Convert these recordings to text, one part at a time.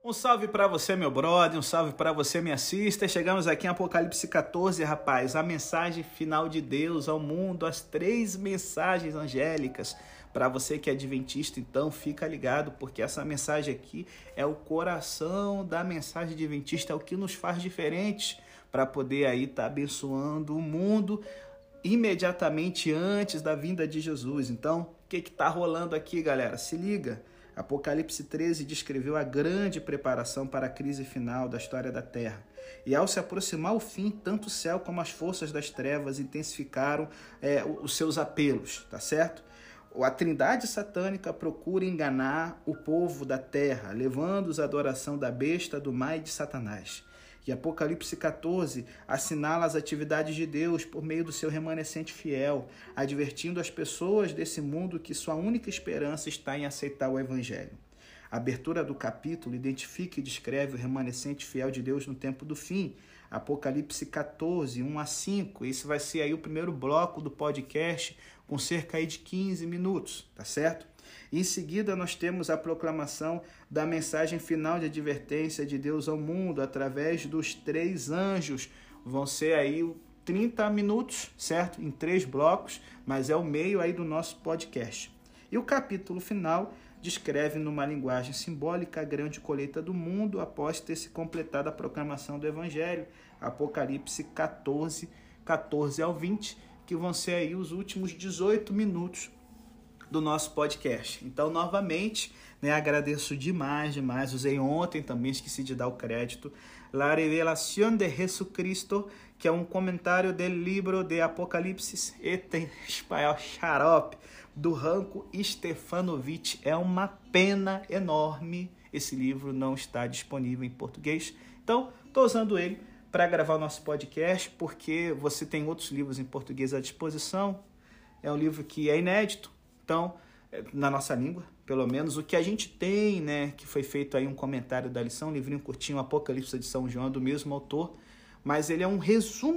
Um salve para você, meu brother, um salve para você, minha sister. Chegamos aqui em Apocalipse 14, rapaz, a mensagem final de Deus ao mundo, as 3 mensagens angélicas. Para você que é adventista, então fica ligado, porque essa mensagem aqui é o coração da mensagem adventista, é o que nos faz diferentes para poder aí estar abençoando o mundo imediatamente antes da vinda de Jesus. Então, o que está rolando aqui, galera? Se liga. Apocalipse 13 descreveu a grande preparação para a crise final da história da Terra. E ao se aproximar o fim, tanto o céu como as forças das trevas intensificaram os seus apelos, tá certo? A trindade satânica procura enganar o povo da Terra, levando-os à adoração da besta, do mar e de Satanás. E Apocalipse 14 assinala as atividades de Deus por meio do seu remanescente fiel, advertindo as pessoas desse mundo que sua única esperança está em aceitar o Evangelho. A abertura do capítulo identifica e descreve o remanescente fiel de Deus no tempo do fim. Apocalipse 14, 1 a 5. Esse vai ser aí o primeiro bloco do podcast, com cerca aí de 15 minutos, tá certo? Em seguida, nós temos a proclamação da mensagem final de advertência de Deus ao mundo através dos 3 anjos. Vão ser aí 30 minutos, certo? Em 3 blocos, mas é o meio aí do nosso podcast. E o capítulo final descreve numa linguagem simbólica a grande colheita do mundo após ter se completado a proclamação do Evangelho. Apocalipse 14, 14 ao 20, que vão ser aí os últimos 18 minutos do nosso podcast. Então, novamente, agradeço demais. Usei ontem também, esqueci de dar o crédito. La Revelación de Jesucristo, que é um comentário do livro de Apocalipse, em espanhol xarope, do Ranko Stefanovic. É uma pena enorme. Esse livro não está disponível em português. Então, estou usando ele para gravar o nosso podcast, porque você tem outros livros em português à disposição. É um livro que é inédito. Então, na nossa língua, pelo menos, o que a gente tem, que foi feito aí um comentário da lição, um livrinho curtinho, Apocalipse de São João, do mesmo autor, mas ele é um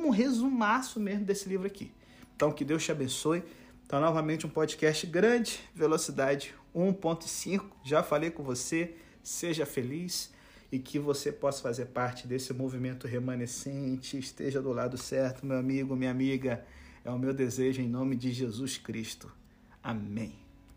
resumaço mesmo desse livro aqui. Então, que Deus te abençoe. Então, novamente, um podcast grande, velocidade 1.5, já falei com você, seja feliz e que você possa fazer parte desse movimento remanescente, esteja do lado certo, meu amigo, minha amiga, é o meu desejo em nome de Jesus Cristo. Amém.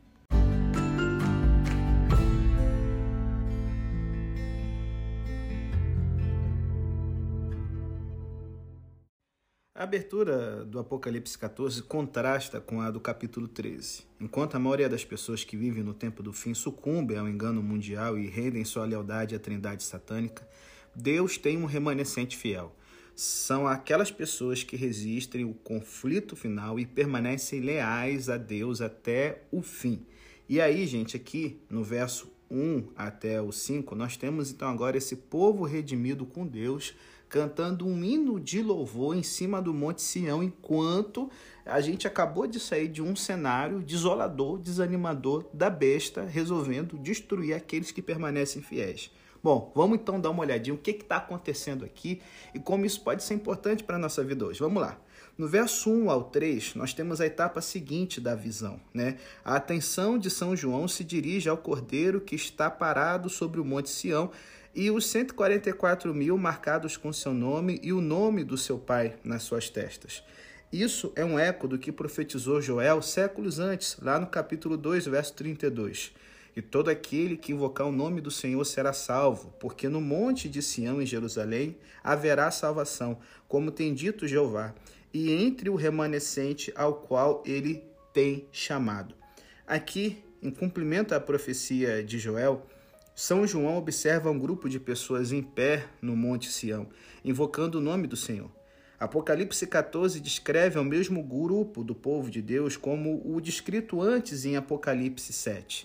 A abertura do Apocalipse 14 contrasta com a do capítulo 13. Enquanto a maioria das pessoas que vivem no tempo do fim sucumbem ao engano mundial e rendem sua lealdade à trindade satânica, Deus tem um remanescente fiel. São aquelas pessoas que resistem o conflito final e permanecem leais a Deus até o fim. E aí, gente, aqui no verso 1 até o 5, nós temos então agora esse povo redimido com Deus, cantando um hino de louvor em cima do Monte Sião, enquanto a gente acabou de sair de um cenário desolador, desanimador da besta, resolvendo destruir aqueles que permanecem fiéis. Bom, vamos então dar uma olhadinha o que está acontecendo aqui e como isso pode ser importante para a nossa vida hoje. Vamos lá. No verso 1 ao 3, nós temos a etapa seguinte da visão, A atenção de São João se dirige ao cordeiro que está parado sobre o Monte Sião e os 144.000 marcados com seu nome e o nome do seu pai nas suas testas. Isso é um eco do que profetizou Joel séculos antes, lá no capítulo 2, verso 32. E todo aquele que invocar o nome do Senhor será salvo, porque no monte de Sião, em Jerusalém, haverá salvação, como tem dito Jeová, e entre o remanescente ao qual ele tem chamado. Aqui, em cumprimento à profecia de Joel, São João observa um grupo de pessoas em pé no monte Sião, invocando o nome do Senhor. Apocalipse 14 descreve ao mesmo grupo do povo de Deus como o descrito antes em Apocalipse 7.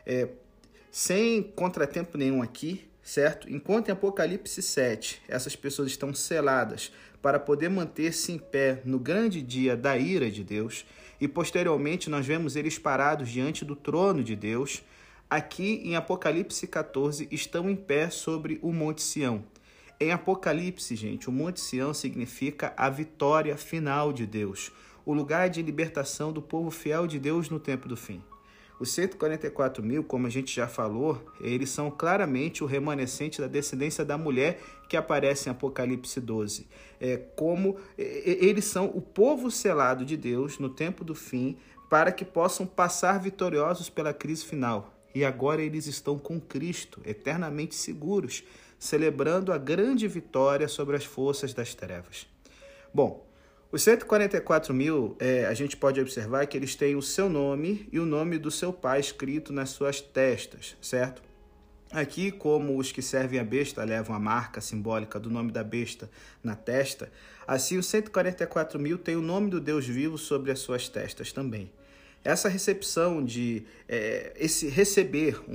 Sem contratempo nenhum aqui, certo? Enquanto em Apocalipse 7, essas pessoas estão seladas para poder manter-se em pé no grande dia da ira de Deus, e posteriormente nós vemos eles parados diante do trono de Deus, aqui em Apocalipse 14 estão em pé sobre o Monte Sião. Em Apocalipse, gente, o Monte Sião significa a vitória final de Deus, o lugar de libertação do povo fiel de Deus no tempo do fim. Os 144 mil, como a gente já falou, eles são claramente o remanescente da descendência da mulher que aparece em Apocalipse 12. Eles são o povo selado de Deus no tempo do fim para que possam passar vitoriosos pela crise final. E agora eles estão com Cristo, eternamente seguros, celebrando a grande vitória sobre as forças das trevas. Bom, os 144 mil, a gente pode observar que eles têm o seu nome e o nome do seu pai escrito nas suas testas, certo? Aqui, como os que servem a besta levam a marca simbólica do nome da besta na testa, assim os 144 mil têm o nome do Deus vivo sobre as suas testas também. Essa recepção de esse receber um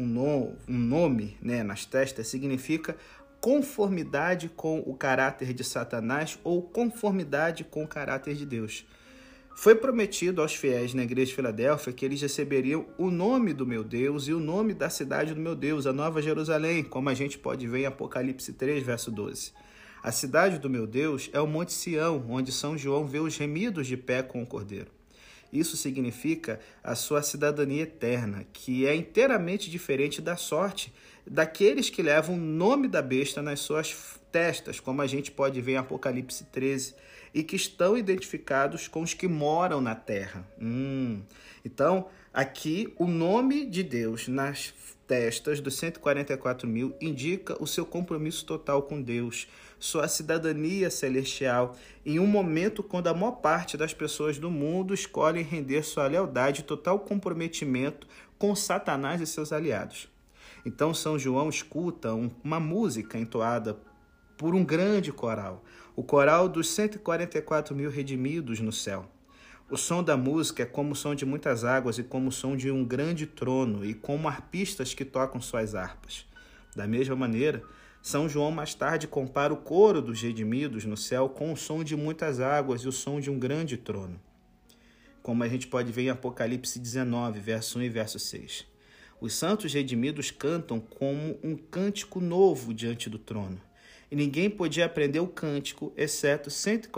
nome, né, nas testas significa conformidade com o caráter de Satanás ou conformidade com o caráter de Deus. Foi prometido aos fiéis na igreja de Filadélfia que eles receberiam o nome do meu Deus e o nome da cidade do meu Deus, a Nova Jerusalém, como a gente pode ver em Apocalipse 3, verso 12. A cidade do meu Deus é o Monte Sião, onde São João vê os remidos de pé com o Cordeiro. Isso significa a sua cidadania eterna, que é inteiramente diferente da sorte daqueles que levam o nome da besta nas suas testas, como a gente pode ver em Apocalipse 13, e que estão identificados com os que moram na terra. Então, aqui, o nome de Deus nas testas dos 144 mil indica o seu compromisso total com Deus, sua cidadania celestial, em um momento quando a maior parte das pessoas do mundo escolhem render sua lealdade e total comprometimento com Satanás e seus aliados. Então, São João escuta uma música entoada por um grande coral, o coral dos 144 mil redimidos no céu. O som da música é como o som de muitas águas e como o som de um grande trono e como arpistas que tocam suas harpas. Da mesma maneira, São João mais tarde compara o coro dos redimidos no céu com o som de muitas águas e o som de um grande trono. Como a gente pode ver em Apocalipse 19, verso 1 e verso 6. Os santos redimidos cantam como um cântico novo diante do trono. E ninguém podia aprender o cântico, exceto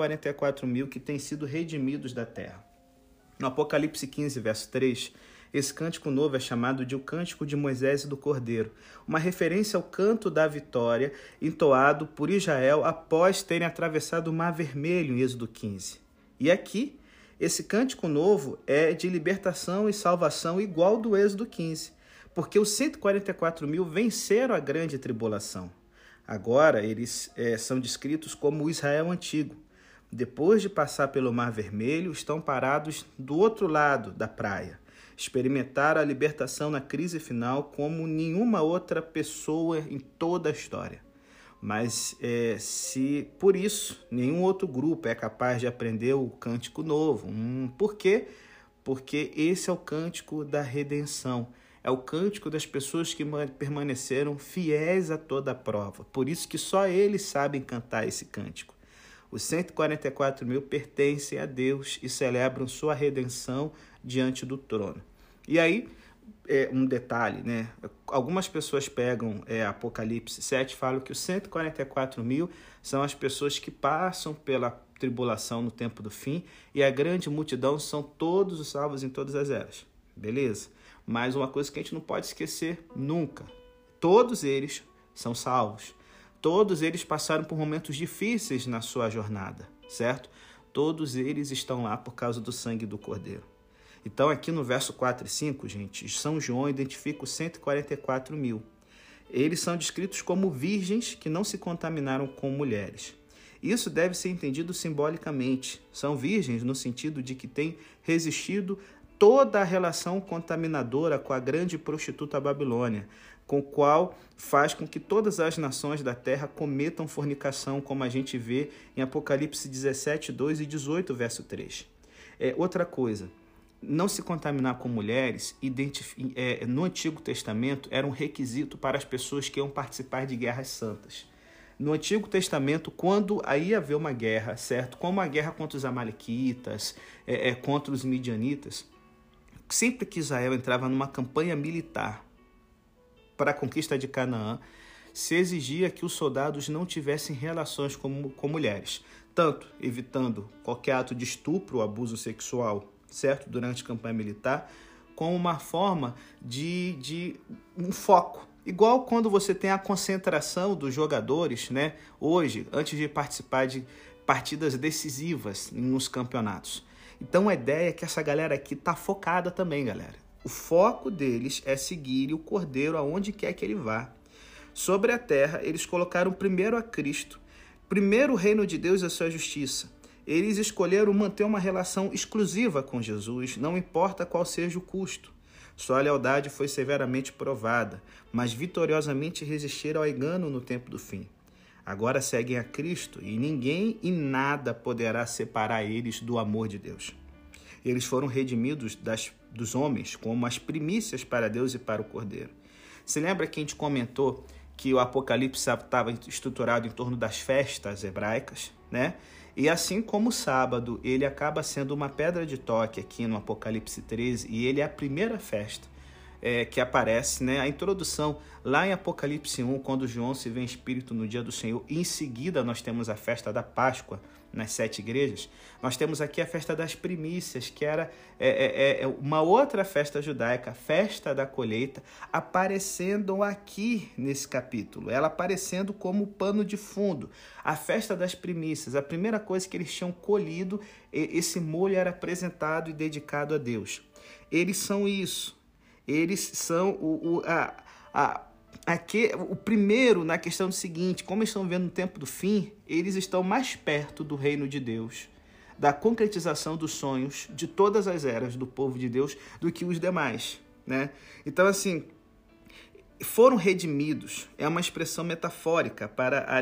144 mil que têm sido redimidos da terra. No Apocalipse 15, verso 3, esse cântico novo é chamado de o Cântico de Moisés e do Cordeiro, uma referência ao canto da vitória entoado por Israel após terem atravessado o Mar Vermelho em Êxodo 15. E aqui, esse cântico novo é de libertação e salvação igual do Êxodo 15, porque os 144 mil venceram a grande tribulação. Agora, eles são descritos como o Israel antigo. Depois de passar pelo Mar Vermelho, estão parados do outro lado da praia. Experimentaram a libertação na crise final como nenhuma outra pessoa em toda a história. Mas se por isso nenhum outro grupo é capaz de aprender o cântico novo. Por quê? Porque esse é o cântico da redenção. É o cântico das pessoas que permaneceram fiéis a toda a prova. Por isso que só eles sabem cantar esse cântico. Os 144 mil pertencem a Deus e celebram sua redenção diante do trono. E aí, um detalhe, né? Algumas pessoas pegam Apocalipse 7 e falam que os 144 mil são as pessoas que passam pela tribulação no tempo do fim e a grande multidão são todos os salvos em todas as eras. Beleza? Mas uma coisa que a gente não pode esquecer nunca. Todos eles são salvos. Todos eles passaram por momentos difíceis na sua jornada, certo? Todos eles estão lá por causa do sangue do Cordeiro. Então, aqui no verso 4 e 5, gente, São João identifica os 144 mil. Eles são descritos como virgens que não se contaminaram com mulheres. Isso deve ser entendido simbolicamente. São virgens no sentido de que têm resistido toda a relação contaminadora com a grande prostituta Babilônia, com o qual faz com que todas as nações da terra cometam fornicação, como a gente vê em Apocalipse 17, 2 e 18, verso 3. Outra coisa, não se contaminar com mulheres, no Antigo Testamento, era um requisito para as pessoas que iam participar de guerras santas. No Antigo Testamento, quando ia haver uma guerra, certo? Como a guerra contra os amalequitas, contra os midianitas, sempre que Israel entrava numa campanha militar para a conquista de Canaã, se exigia que os soldados não tivessem relações com mulheres, tanto evitando qualquer ato de estupro ou abuso sexual, certo? Durante a campanha militar, como uma forma de um foco. Igual quando você tem a concentração dos jogadores, né? Hoje, antes de participar de partidas decisivas nos campeonatos. Então a ideia é que essa galera aqui tá focada também, galera. O foco deles é seguir o Cordeiro aonde quer que ele vá. Sobre a terra, eles colocaram primeiro a Cristo, primeiro o reino de Deus e a sua justiça. Eles escolheram manter uma relação exclusiva com Jesus, não importa qual seja o custo. Sua lealdade foi severamente provada, mas vitoriosamente resistiram ao engano no tempo do fim. Agora seguem a Cristo e ninguém e nada poderá separar eles do amor de Deus. Eles foram redimidos dos homens como as primícias para Deus e para o Cordeiro. Se lembra que a gente comentou que o Apocalipse estava estruturado em torno das festas hebraicas, né? E assim como o sábado, ele acaba sendo uma pedra de toque aqui no Apocalipse 13, e ele é a primeira festa que aparece, né? A introdução lá em Apocalipse 1, quando João se vê em espírito no dia do Senhor, e em seguida nós temos a festa da Páscoa nas 7 igrejas. Nós temos aqui a festa das primícias, que era uma outra festa judaica, a festa da colheita, aparecendo aqui nesse capítulo, ela aparecendo como pano de fundo. A festa das primícias, a primeira coisa que eles tinham colhido, esse molho era apresentado e dedicado a Deus. Eles são isso. Eles são o primeiro na questão do seguinte: como estão vendo no tempo do fim, eles estão mais perto do reino de Deus, da concretização dos sonhos de todas as eras do povo de Deus do que os demais, né? Então, assim, foram redimidos é uma expressão metafórica para a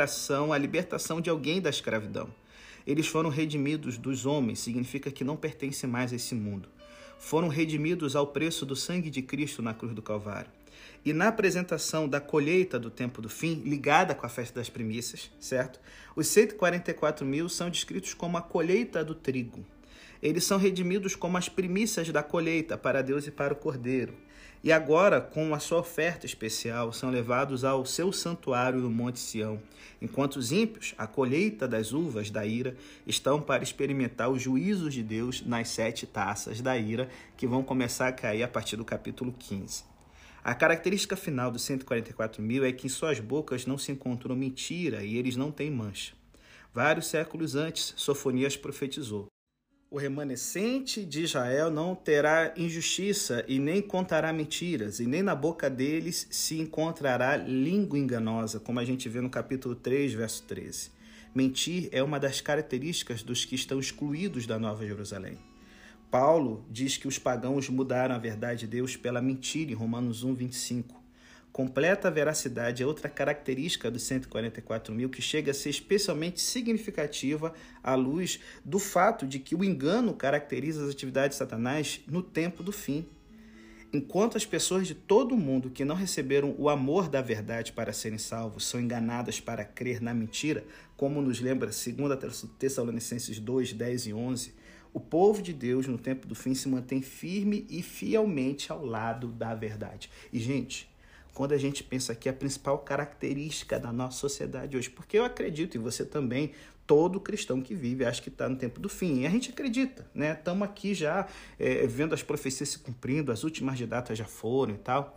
libertação de alguém da escravidão. Eles foram redimidos dos homens, significa que não pertencem mais a esse mundo. Foram redimidos ao preço do sangue de Cristo na cruz do Calvário. E na apresentação da colheita do tempo do fim, ligada com a festa das primícias, certo? Os 144 mil são descritos como a colheita do trigo. Eles são redimidos como as primícias da colheita para Deus e para o Cordeiro. E agora, com a sua oferta especial, são levados ao seu santuário no Monte Sião, enquanto os ímpios, a colheita das uvas da ira, estão para experimentar os juízos de Deus nas 7 taças da ira, que vão começar a cair a partir do capítulo 15. A característica final dos 144 mil é que em suas bocas não se encontrou mentira e eles não têm mancha. Vários séculos antes, Sofonias profetizou: o remanescente de Israel não terá injustiça e nem contará mentiras, e nem na boca deles se encontrará língua enganosa, como a gente vê no capítulo 3, verso 13. Mentir é uma das características dos que estão excluídos da Nova Jerusalém. Paulo diz que os pagãos mudaram a verdade de Deus pela mentira em Romanos 1, 25. Completa veracidade é outra característica dos 144 mil que chega a ser especialmente significativa à luz do fato de que o engano caracteriza as atividades de Satanás no tempo do fim. Enquanto as pessoas de todo o mundo que não receberam o amor da verdade para serem salvos são enganadas para crer na mentira, como nos lembra 2 Tessalonicenses 2, 10 e 11, o povo de Deus no tempo do fim se mantém firme e fielmente ao lado da verdade. E, gente, quando a gente pensa que a principal característica da nossa sociedade hoje, porque eu acredito, e você também, todo cristão que vive, acha que está no tempo do fim, e a gente acredita, né? Estamos aqui já vendo as profecias se cumprindo, as últimas de data já foram e tal.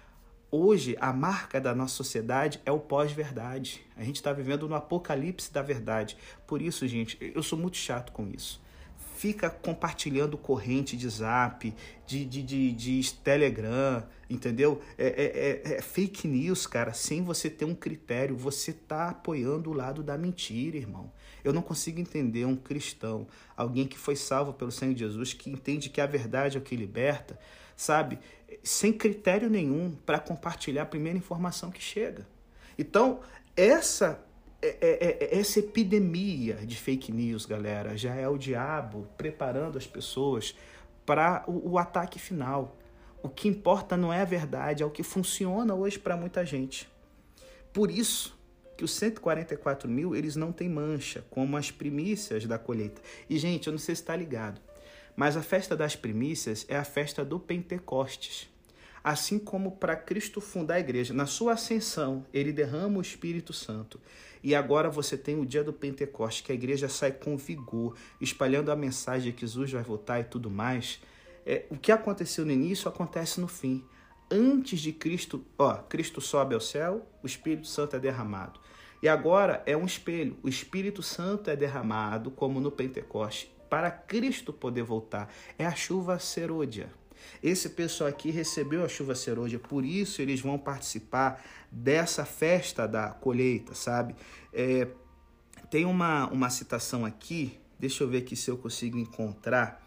Hoje, a marca da nossa sociedade é o pós-verdade. A gente está vivendo no apocalipse da verdade. Por isso, gente, eu sou muito chato com isso. Fica compartilhando corrente de Zap, de Telegram, entendeu? É fake news, cara, sem você ter um critério. Você tá apoiando o lado da mentira, irmão. Eu não consigo entender um cristão, alguém que foi salvo pelo sangue de Jesus, que entende que a verdade é o que liberta, sabe? Sem critério nenhum para compartilhar a primeira informação que chega. Então, essa epidemia de fake news, galera, já é o diabo preparando as pessoas para o ataque final. O que importa não é a verdade, é o que funciona hoje para muita gente. Por isso que os 144 mil, eles não têm mancha, como as primícias da colheita. E, gente, eu não sei se está ligado, mas a festa das primícias é a festa do Pentecostes. Assim como para Cristo fundar a igreja, na sua ascensão, ele derrama o Espírito Santo. E agora você tem o dia do Pentecostes, que a igreja sai com vigor, espalhando a mensagem de que Jesus vai voltar e tudo mais. o que aconteceu no início acontece no fim. Antes de Cristo, Cristo sobe ao céu, o Espírito Santo é derramado. E agora é um espelho. O Espírito Santo é derramado, como no Pentecoste, para Cristo poder voltar. É a chuva serôdia. Esse pessoal aqui recebeu a chuva serôdia, por isso eles vão participar dessa festa da colheita, sabe? Tem uma citação aqui, deixa eu ver aqui se eu consigo encontrar.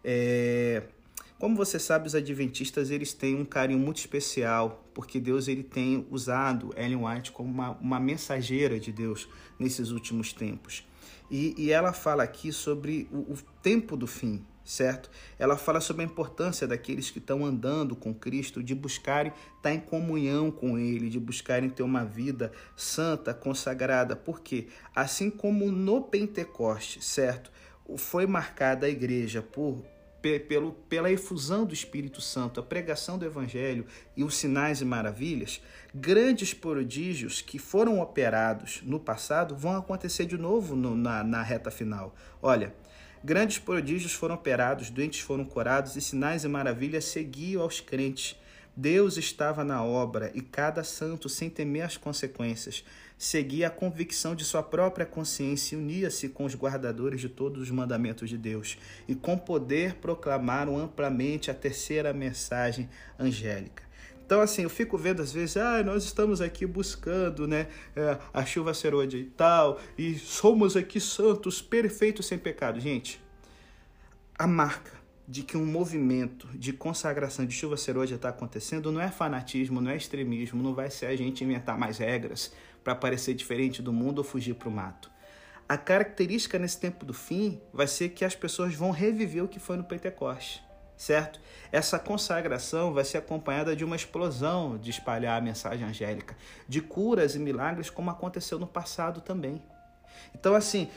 Como você sabe, os adventistas eles têm um carinho muito especial, porque Deus ele tem usado Ellen White como uma mensageira de Deus nesses últimos tempos. E ela fala aqui sobre o tempo do fim, certo? Ela fala sobre a importância daqueles que estão andando com Cristo, de buscarem estar em comunhão com Ele, de buscarem ter uma vida santa, consagrada. Por quê? Assim como no Pentecoste, certo? Foi marcada a igreja pela efusão do Espírito Santo, a pregação do Evangelho e os sinais e maravilhas, grandes prodígios que foram operados no passado vão acontecer de novo na reta final. Olha, grandes prodígios foram operados, doentes foram curados e sinais e maravilhas seguiam aos crentes. Deus estava na obra e cada santo, sem temer as consequências, seguia a convicção de sua própria consciência e unia-se com os guardadores de todos os mandamentos de Deus e com poder proclamaram amplamente a terceira mensagem angélica. Então, assim, eu fico vendo às vezes, nós estamos aqui buscando, a chuva serôdia e tal, e somos aqui santos, perfeitos, sem pecado. Gente, a marca de que um movimento de consagração de chuva serôdia está acontecendo não é fanatismo, não é extremismo, não vai ser a gente inventar mais regras para parecer diferente do mundo ou fugir para o mato. A característica nesse tempo do fim vai ser que as pessoas vão reviver o que foi no Pentecoste, certo? Essa consagração vai ser acompanhada de uma explosão de espalhar a mensagem angélica, de curas e milagres como aconteceu no passado também. Então, assim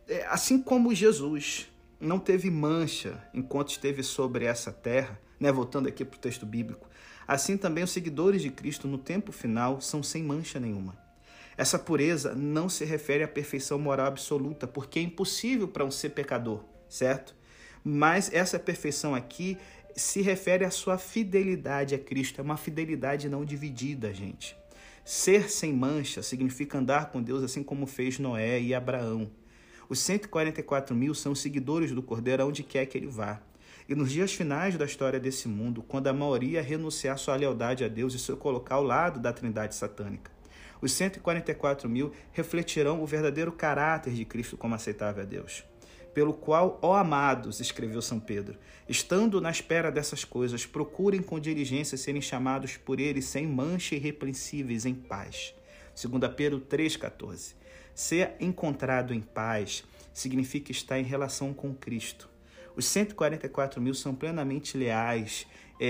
como Jesus não teve mancha enquanto esteve sobre essa terra, voltando aqui para o texto bíblico, assim também os seguidores de Cristo no tempo final são sem mancha nenhuma. Essa pureza não se refere à perfeição moral absoluta, porque é impossível para um ser pecador, certo? Mas essa perfeição aqui se refere à sua fidelidade a Cristo, é uma fidelidade não dividida, gente. Ser sem mancha significa andar com Deus assim como fez Noé e Abraão. Os 144 mil são seguidores do Cordeiro aonde quer que ele vá. E nos dias finais da história desse mundo, quando a maioria renunciar sua lealdade a Deus e se colocar ao lado da trindade satânica, os 144 mil refletirão o verdadeiro caráter de Cristo como aceitável a Deus. Pelo qual, ó amados, escreveu São Pedro, estando na espera dessas coisas, procurem com diligência serem chamados por ele sem mancha e irrepreensíveis em paz. 2 Pedro 3,14. Ser encontrado em paz significa estar em relação com Cristo. Os 144 mil são plenamente leais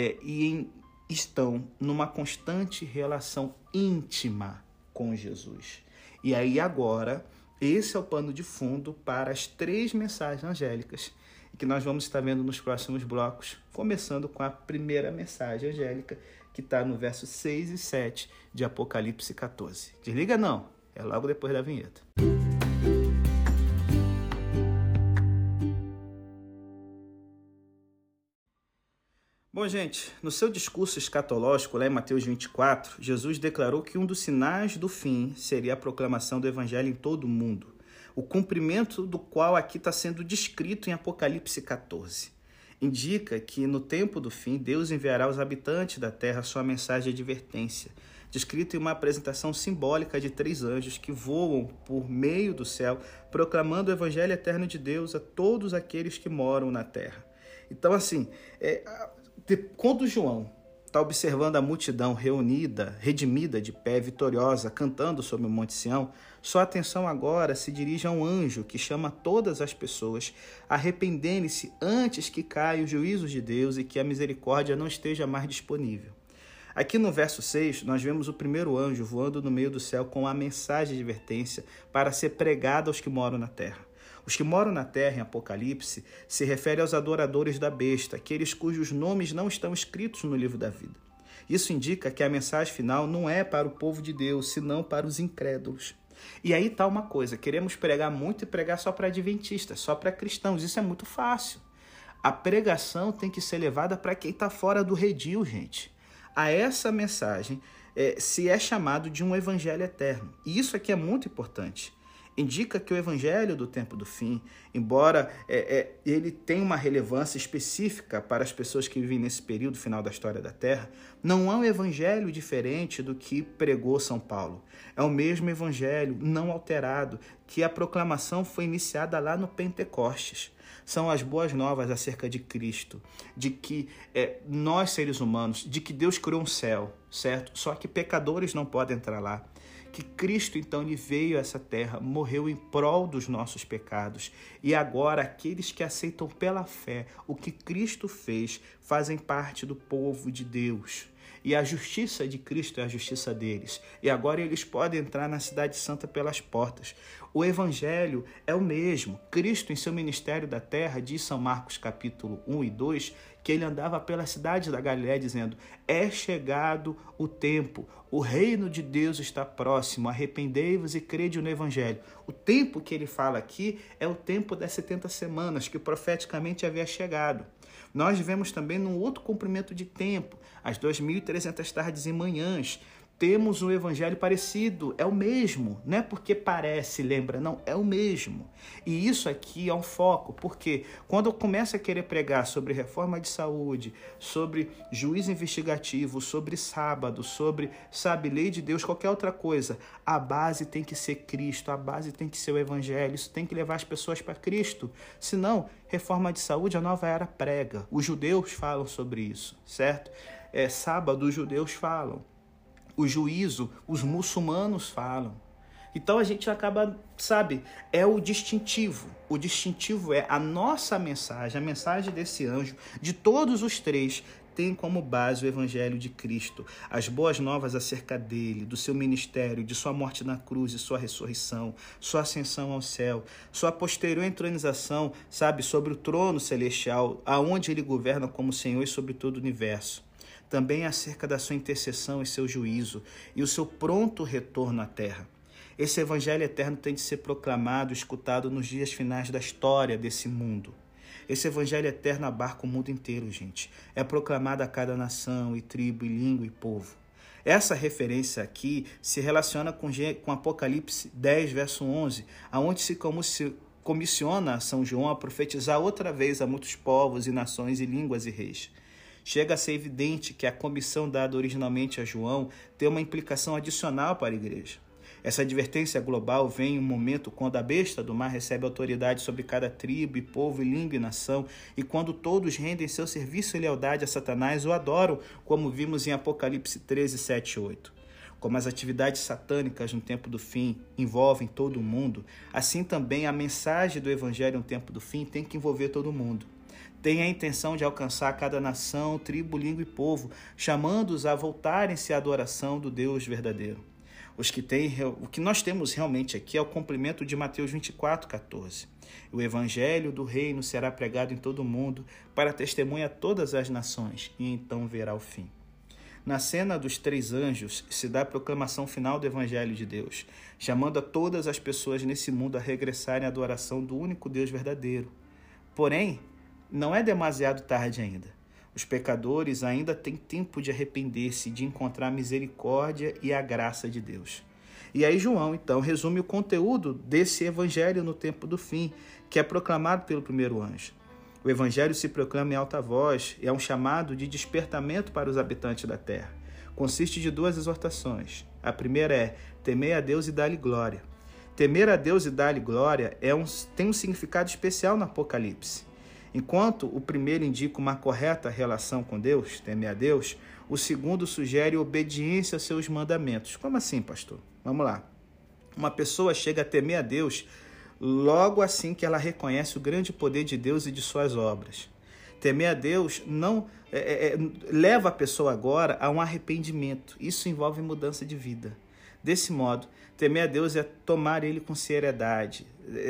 estão numa constante relação íntima com Jesus. E aí agora, esse é o pano de fundo para as 3 mensagens angélicas que nós vamos estar vendo nos próximos blocos, começando com a primeira mensagem angélica, que está no verso 6 e 7 de Apocalipse 14. Desliga não, é logo depois da vinheta. Bom, gente, no seu discurso escatológico, lá em Mateus 24, Jesus declarou que um dos sinais do fim seria a proclamação do evangelho em todo o mundo, o cumprimento do qual aqui está sendo descrito em Apocalipse 14. Indica que no tempo do fim, Deus enviará aos habitantes da terra sua mensagem de advertência, descrito em uma apresentação simbólica de 3 anjos que voam por meio do céu, proclamando o evangelho eterno de Deus a todos aqueles que moram na terra. Então, assim, quando João está observando a multidão reunida, redimida de pé, vitoriosa, cantando sobre o Monte Sião, sua atenção agora se dirige a um anjo que chama todas as pessoas a arrependerem-se antes que caiam os juízos de Deus e que a misericórdia não esteja mais disponível. Aqui no verso 6, nós vemos o primeiro anjo voando no meio do céu com a mensagem de advertência para ser pregada aos que moram na terra. Os que moram na terra, em Apocalipse, se refere aos adoradores da besta, aqueles cujos nomes não estão escritos no livro da vida. Isso indica que a mensagem final não é para o povo de Deus, senão para os incrédulos. E aí está uma coisa, queremos pregar muito e pregar só para adventistas, só para cristãos, isso é muito fácil. A pregação tem que ser levada para quem está fora do redil, gente. A essa mensagem se é chamado de um evangelho eterno. E isso aqui é muito importante. Indica que o evangelho do tempo do fim, embora ele tenha uma relevância específica para as pessoas que vivem nesse período final da história da Terra, não é um evangelho diferente do que pregou São Paulo. É o mesmo evangelho, não alterado, que a proclamação foi iniciada lá no Pentecostes. São as boas novas acerca de Cristo, de que nós, seres humanos, de que Deus criou um céu, certo? Só que pecadores não podem entrar lá. Que Cristo, então, ele veio a essa terra, morreu em prol dos nossos pecados. E agora, aqueles que aceitam pela fé o que Cristo fez, fazem parte do povo de Deus. E a justiça de Cristo é a justiça deles. E agora eles podem entrar na Cidade Santa pelas portas. O evangelho é o mesmo. Cristo, em seu ministério da terra, diz São Marcos capítulo 1 e 2, que ele andava pela cidade da Galiléia dizendo: é chegado o tempo, o reino de Deus está próximo, arrependei-vos e crede no evangelho. O tempo que ele fala aqui é o tempo das 70 semanas, que profeticamente havia chegado. Nós vivemos também num outro comprimento de tempo, as 2.300 tardes e manhãs. Temos um evangelho parecido, é o mesmo, não é porque parece, lembra, não, é o mesmo. E isso aqui é um foco, porque quando eu começo a querer pregar sobre reforma de saúde, sobre juízo investigativo, sobre sábado, sobre, lei de Deus, qualquer outra coisa, a base tem que ser Cristo, a base tem que ser o evangelho, isso tem que levar as pessoas para Cristo. Senão, reforma de saúde, a nova era prega. Os judeus falam sobre isso, certo? Sábado, os judeus falam. O juízo, os muçulmanos falam. Então a gente acaba, é o distintivo. O distintivo é a nossa mensagem, a mensagem desse anjo, de todos os três, tem como base o evangelho de Cristo, as boas novas acerca dele, do seu ministério, de sua morte na cruz e sua ressurreição, sua ascensão ao céu, sua posterior entronização, sobre o trono celestial, aonde ele governa como Senhor e sobre todo o universo. Também acerca da sua intercessão e seu juízo e o seu pronto retorno à terra. Esse evangelho eterno tem de ser proclamado, escutado nos dias finais da história desse mundo. Esse evangelho eterno abarca o mundo inteiro, gente. É proclamado a cada nação e tribo e língua e povo. Essa referência aqui se relaciona com Apocalipse 10, verso 11, onde se comissiona São João a profetizar outra vez a muitos povos e nações e línguas e reis. Chega a ser evidente que a comissão dada originalmente a João tem uma implicação adicional para a igreja. Essa advertência global vem em um momento quando a besta do mar recebe autoridade sobre cada tribo, e povo, e língua e nação, e quando todos rendem seu serviço e lealdade a Satanás o adoram, como vimos em Apocalipse 13, 7 e 8. Como as atividades satânicas no tempo do fim envolvem todo o mundo, assim também a mensagem do Evangelho no tempo do fim tem que envolver todo o mundo. Tem a intenção de alcançar cada nação, tribo, língua e povo, chamando-os a voltarem-se à adoração do Deus verdadeiro. O que nós temos realmente aqui é o cumprimento de Mateus 24, 14. O evangelho do reino será pregado em todo o mundo para testemunha a todas as nações, e então verá o fim. Na cena dos 3 anjos se dá a proclamação final do evangelho de Deus, chamando a todas as pessoas nesse mundo a regressarem à adoração do único Deus verdadeiro. Porém, não é demasiado tarde ainda. Os pecadores ainda têm tempo de arrepender-se, de encontrar a misericórdia e a graça de Deus. E aí João, então, resume o conteúdo desse evangelho no tempo do fim, que é proclamado pelo primeiro anjo. O evangelho se proclama em alta voz e é um chamado de despertamento para os habitantes da terra. Consiste de 2 exortações. A primeira é: temei a Deus e dá-lhe glória. Temer a Deus e dar-lhe glória tem um significado especial no Apocalipse. Enquanto o primeiro indica uma correta relação com Deus, temer a Deus, o segundo sugere obediência aos seus mandamentos. Como assim, pastor? Vamos lá. Uma pessoa chega a temer a Deus logo assim que ela reconhece o grande poder de Deus e de suas obras. Temer a Deus não leva a pessoa agora a um arrependimento. Isso envolve mudança de vida. Desse modo, temer a Deus é tomar ele com seriedade,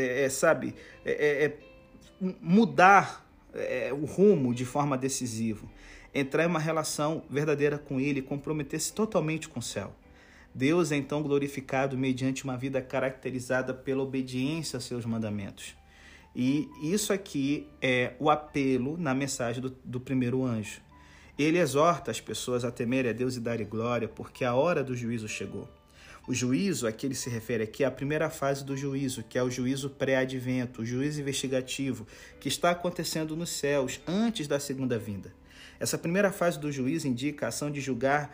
mudar o rumo de forma decisiva, entrar em uma relação verdadeira com ele, comprometer-se totalmente com o céu. Deus é então glorificado mediante uma vida caracterizada pela obediência aos seus mandamentos. E isso aqui é o apelo na mensagem do primeiro anjo. Ele exorta as pessoas a temerem a Deus e darem glória, porque a hora do juízo chegou. O juízo a que ele se refere aqui é a primeira fase do juízo, que é o juízo pré-advento, o juízo investigativo, que está acontecendo nos céus antes da segunda vinda. Essa primeira fase do juízo indica a ação de julgar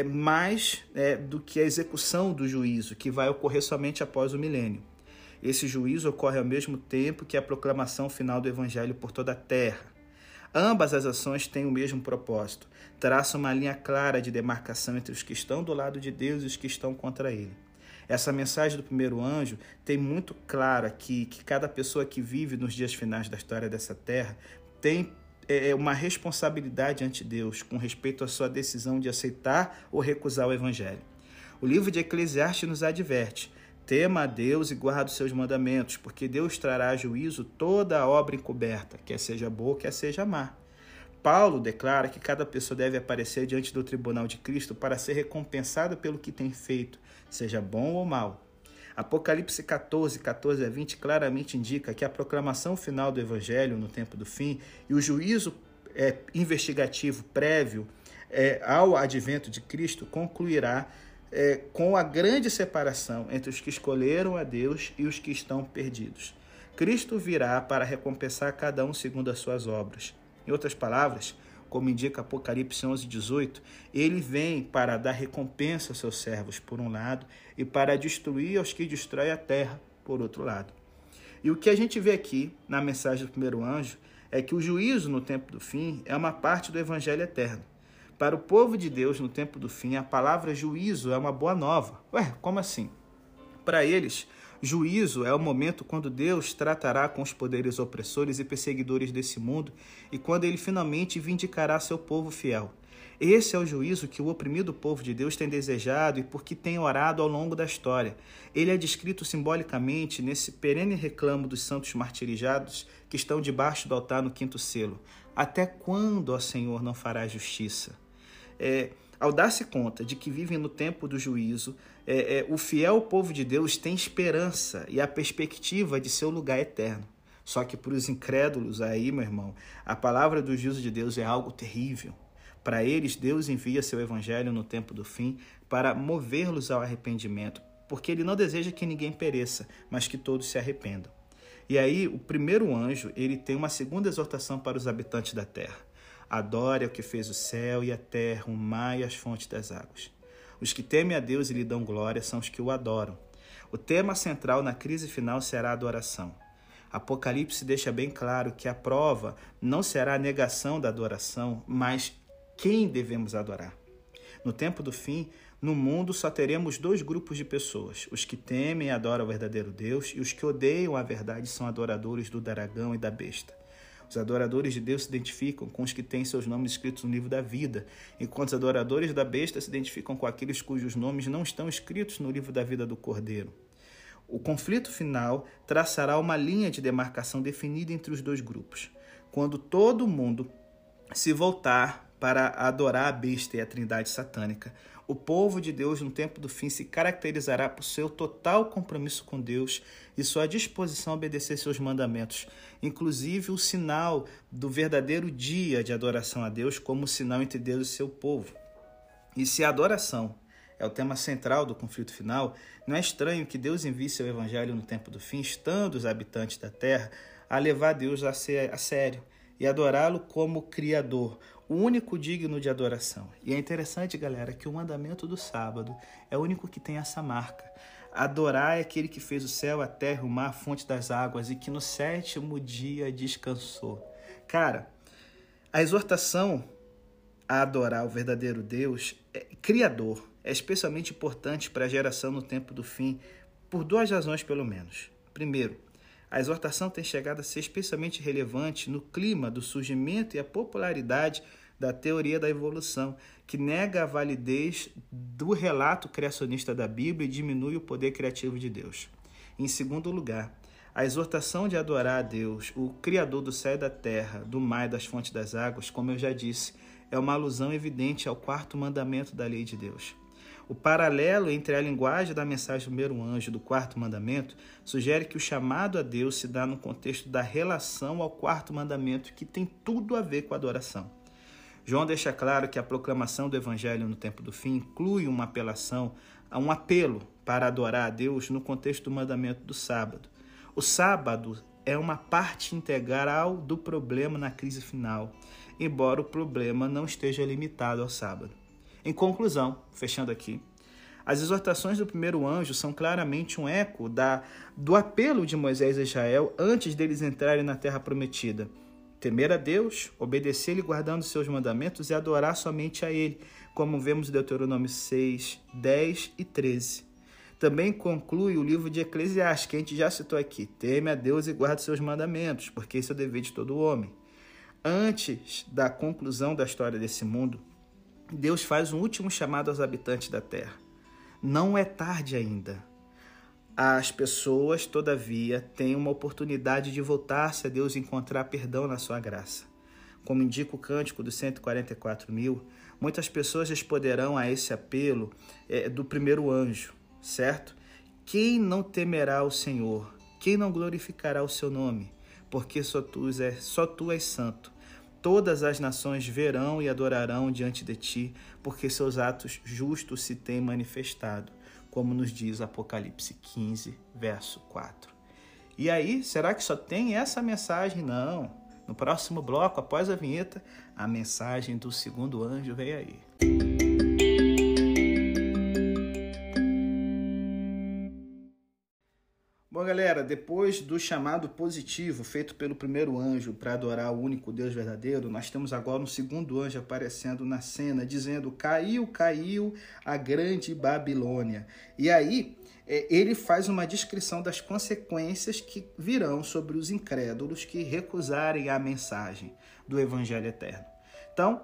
mais do que a execução do juízo, que vai ocorrer somente após o milênio. Esse juízo ocorre ao mesmo tempo que a proclamação final do evangelho por toda a terra. Ambas as ações têm o mesmo propósito, traçam uma linha clara de demarcação entre os que estão do lado de Deus e os que estão contra ele. Essa mensagem do primeiro anjo tem muito claro aqui que cada pessoa que vive nos dias finais da história dessa terra tem uma responsabilidade ante Deus com respeito à sua decisão de aceitar ou recusar o evangelho. O livro de Eclesiastes nos adverte: tema a Deus e guarda os seus mandamentos, porque Deus trará a juízo toda a obra encoberta, quer seja boa, quer seja má. Paulo declara que cada pessoa deve aparecer diante do tribunal de Cristo para ser recompensada pelo que tem feito, seja bom ou mal. Apocalipse 14, 14 a 20 claramente indica que a proclamação final do evangelho no tempo do fim e o juízo investigativo prévio ao advento de Cristo concluirá com a grande separação entre os que escolheram a Deus e os que estão perdidos. Cristo virá para recompensar cada um segundo as suas obras. Em outras palavras, como indica Apocalipse 11, 18, ele vem para dar recompensa aos seus servos, por um lado, e para destruir aos que destroem a terra, por outro lado. E o que a gente vê aqui, na mensagem do primeiro anjo, é que o juízo no tempo do fim é uma parte do evangelho eterno. Para o povo de Deus, no tempo do fim, a palavra juízo é uma boa nova. Ué, como assim? Para eles, juízo é o momento quando Deus tratará com os poderes opressores e perseguidores desse mundo e quando ele finalmente vindicará seu povo fiel. Esse é o juízo que o oprimido povo de Deus tem desejado e por que tem orado ao longo da história. Ele é descrito simbolicamente nesse perene reclamo dos santos martirizados que estão debaixo do altar no quinto selo. Até quando, ó Senhor, não farás justiça? Ao dar-se conta de que vivem no tempo do juízo, o fiel povo de Deus tem esperança e a perspectiva de seu lugar eterno. Só que para os incrédulos aí, meu irmão, a palavra do juízo de Deus é algo terrível. Para eles, Deus envia seu evangelho no tempo do fim para movê-los ao arrependimento, porque ele não deseja que ninguém pereça, mas que todos se arrependam. E aí, o primeiro anjo, ele tem uma segunda exortação para os habitantes da terra. Adore ao que fez o céu e a terra, o mar e as fontes das águas. Os que temem a Deus e lhe dão glória são os que o adoram. O tema central na crise final será a adoração. Apocalipse deixa bem claro que a prova não será a negação da adoração, mas quem devemos adorar. No tempo do fim, no mundo só teremos dois grupos de pessoas: os que temem e adoram o verdadeiro Deus e os que odeiam a verdade são adoradores do dragão e da besta. Os adoradores de Deus se identificam com os que têm seus nomes escritos no livro da vida, enquanto os adoradores da besta se identificam com aqueles cujos nomes não estão escritos no livro da vida do Cordeiro. O conflito final traçará uma linha de demarcação definida entre os dois grupos. Quando todo mundo se voltar para adorar a besta e a trindade satânica, o povo de Deus no tempo do fim se caracterizará por seu total compromisso com Deus e sua disposição a obedecer seus mandamentos, inclusive o sinal do verdadeiro dia de adoração a Deus como sinal entre Deus e seu povo. E se a adoração é o tema central do conflito final, não é estranho que Deus envie seu evangelho no tempo do fim, estando os habitantes da terra a levar Deus a sério e adorá-lo como Criador, o único digno de adoração. E é interessante, galera, que o mandamento do sábado é o único que tem essa marca. Adorar é aquele que fez o céu, a terra, o mar, a fonte das águas e que no sétimo dia descansou. Cara, a exortação a adorar o verdadeiro Deus Criador é especialmente importante para a geração no tempo do fim por duas razões, pelo menos. Primeiro, a exortação tem chegado a ser especialmente relevante no clima do surgimento e a popularidade da teoria da evolução, que nega a validez do relato criacionista da Bíblia e diminui o poder criativo de Deus. Em segundo lugar, a exortação de adorar a Deus, o Criador do céu e da terra, do mar e das fontes das águas, como eu já disse, é uma alusão evidente ao quarto mandamento da lei de Deus. O paralelo entre a linguagem da mensagem do primeiro anjo e do quarto mandamento sugere que o chamado a Deus se dá no contexto da relação ao quarto mandamento, que tem tudo a ver com a adoração. João deixa claro que a proclamação do evangelho no tempo do fim inclui uma apelação, um apelo para adorar a Deus no contexto do mandamento do sábado. O sábado é uma parte integral do problema na crise final, embora o problema não esteja limitado ao sábado. Em conclusão, fechando aqui, as exortações do primeiro anjo são claramente um eco do apelo de Moisés a Israel antes deles entrarem na terra prometida. Temer a Deus, obedecer-lhe guardando seus mandamentos e adorar somente a Ele, como vemos em Deuteronômio 6, 10 e 13. Também conclui o livro de Eclesiastes, que a gente já citou aqui. Teme a Deus e guarde seus mandamentos, porque esse é o dever de todo homem. Antes da conclusão da história desse mundo, Deus faz um último chamado aos habitantes da terra. Não é tarde ainda. As pessoas, todavia, têm uma oportunidade de voltar-se a Deus e encontrar perdão na sua graça. Como indica o cântico dos 144.000, muitas pessoas responderão a esse apelo do primeiro anjo, certo? Quem não temerá o Senhor? Quem não glorificará o seu nome? Porque só tu és santo. Todas as nações verão e adorarão diante de ti, porque seus atos justos se têm manifestado, como nos diz Apocalipse 15, verso 4. E aí, será que só tem essa mensagem? Não. No próximo bloco, após a vinheta, a mensagem do segundo anjo vem aí. Bom, galera, depois do chamado positivo feito pelo primeiro anjo para adorar o único Deus verdadeiro, nós temos agora um segundo anjo aparecendo na cena, dizendo: caiu, caiu a grande Babilônia. E aí, ele faz uma descrição das consequências que virão sobre os incrédulos que recusarem a mensagem do Evangelho eterno. Então,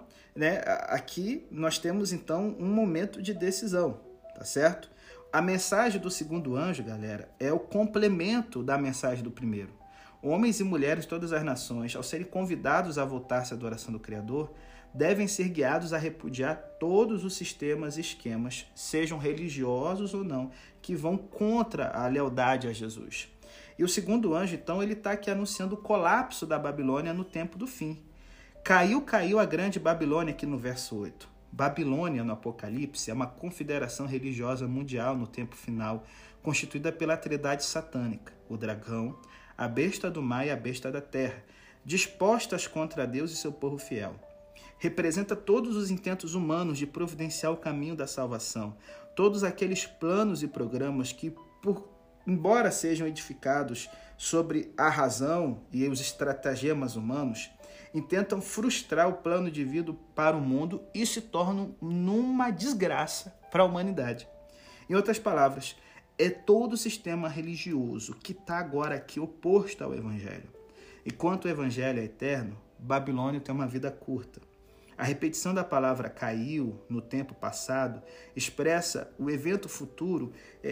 aqui nós temos então um momento de decisão, tá certo? A mensagem do segundo anjo, galera, é o complemento da mensagem do primeiro. Homens e mulheres de todas as nações, ao serem convidados a voltar-se à adoração do Criador, devem ser guiados a repudiar todos os sistemas e esquemas, sejam religiosos ou não, que vão contra a lealdade a Jesus. E o segundo anjo, então, ele está aqui anunciando o colapso da Babilônia no tempo do fim. Caiu a grande Babilônia, aqui no verso 8. Babilônia, no Apocalipse, é uma confederação religiosa mundial no tempo final, constituída pela trindade satânica, o dragão, a besta do mar e a besta da terra, dispostas contra Deus e seu povo fiel. Representa todos os intentos humanos de providenciar o caminho da salvação, todos aqueles planos e programas que, embora sejam edificados sobre a razão e os estratagemas humanos, intentam frustrar o plano divino para o mundo e se tornam numa desgraça para a humanidade. Em outras palavras, é todo o sistema religioso que está agora aqui oposto ao Evangelho. Enquanto o Evangelho é eterno, Babilônia tem uma vida curta. A repetição da palavra caiu no tempo passado expressa o evento futuro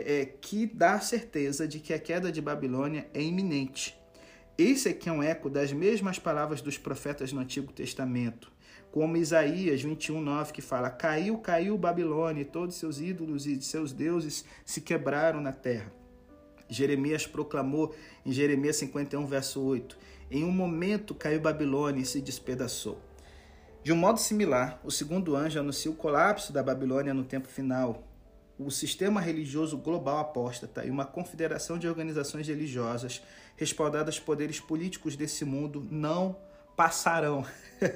que dá a certeza de que a queda de Babilônia é iminente. Esse aqui é um eco das mesmas palavras dos profetas no Antigo Testamento, como Isaías 21:9, que fala: caiu, caiu Babilônia, e todos seus ídolos e seus deuses se quebraram na terra. Jeremias proclamou em Jeremias 51, verso 8, em um momento caiu Babilônia e se despedaçou. De um modo similar, o segundo anjo anuncia o colapso da Babilônia no tempo final. O sistema religioso global apóstata e uma confederação de organizações religiosas respaldadas por poderes políticos desse mundo não passarão.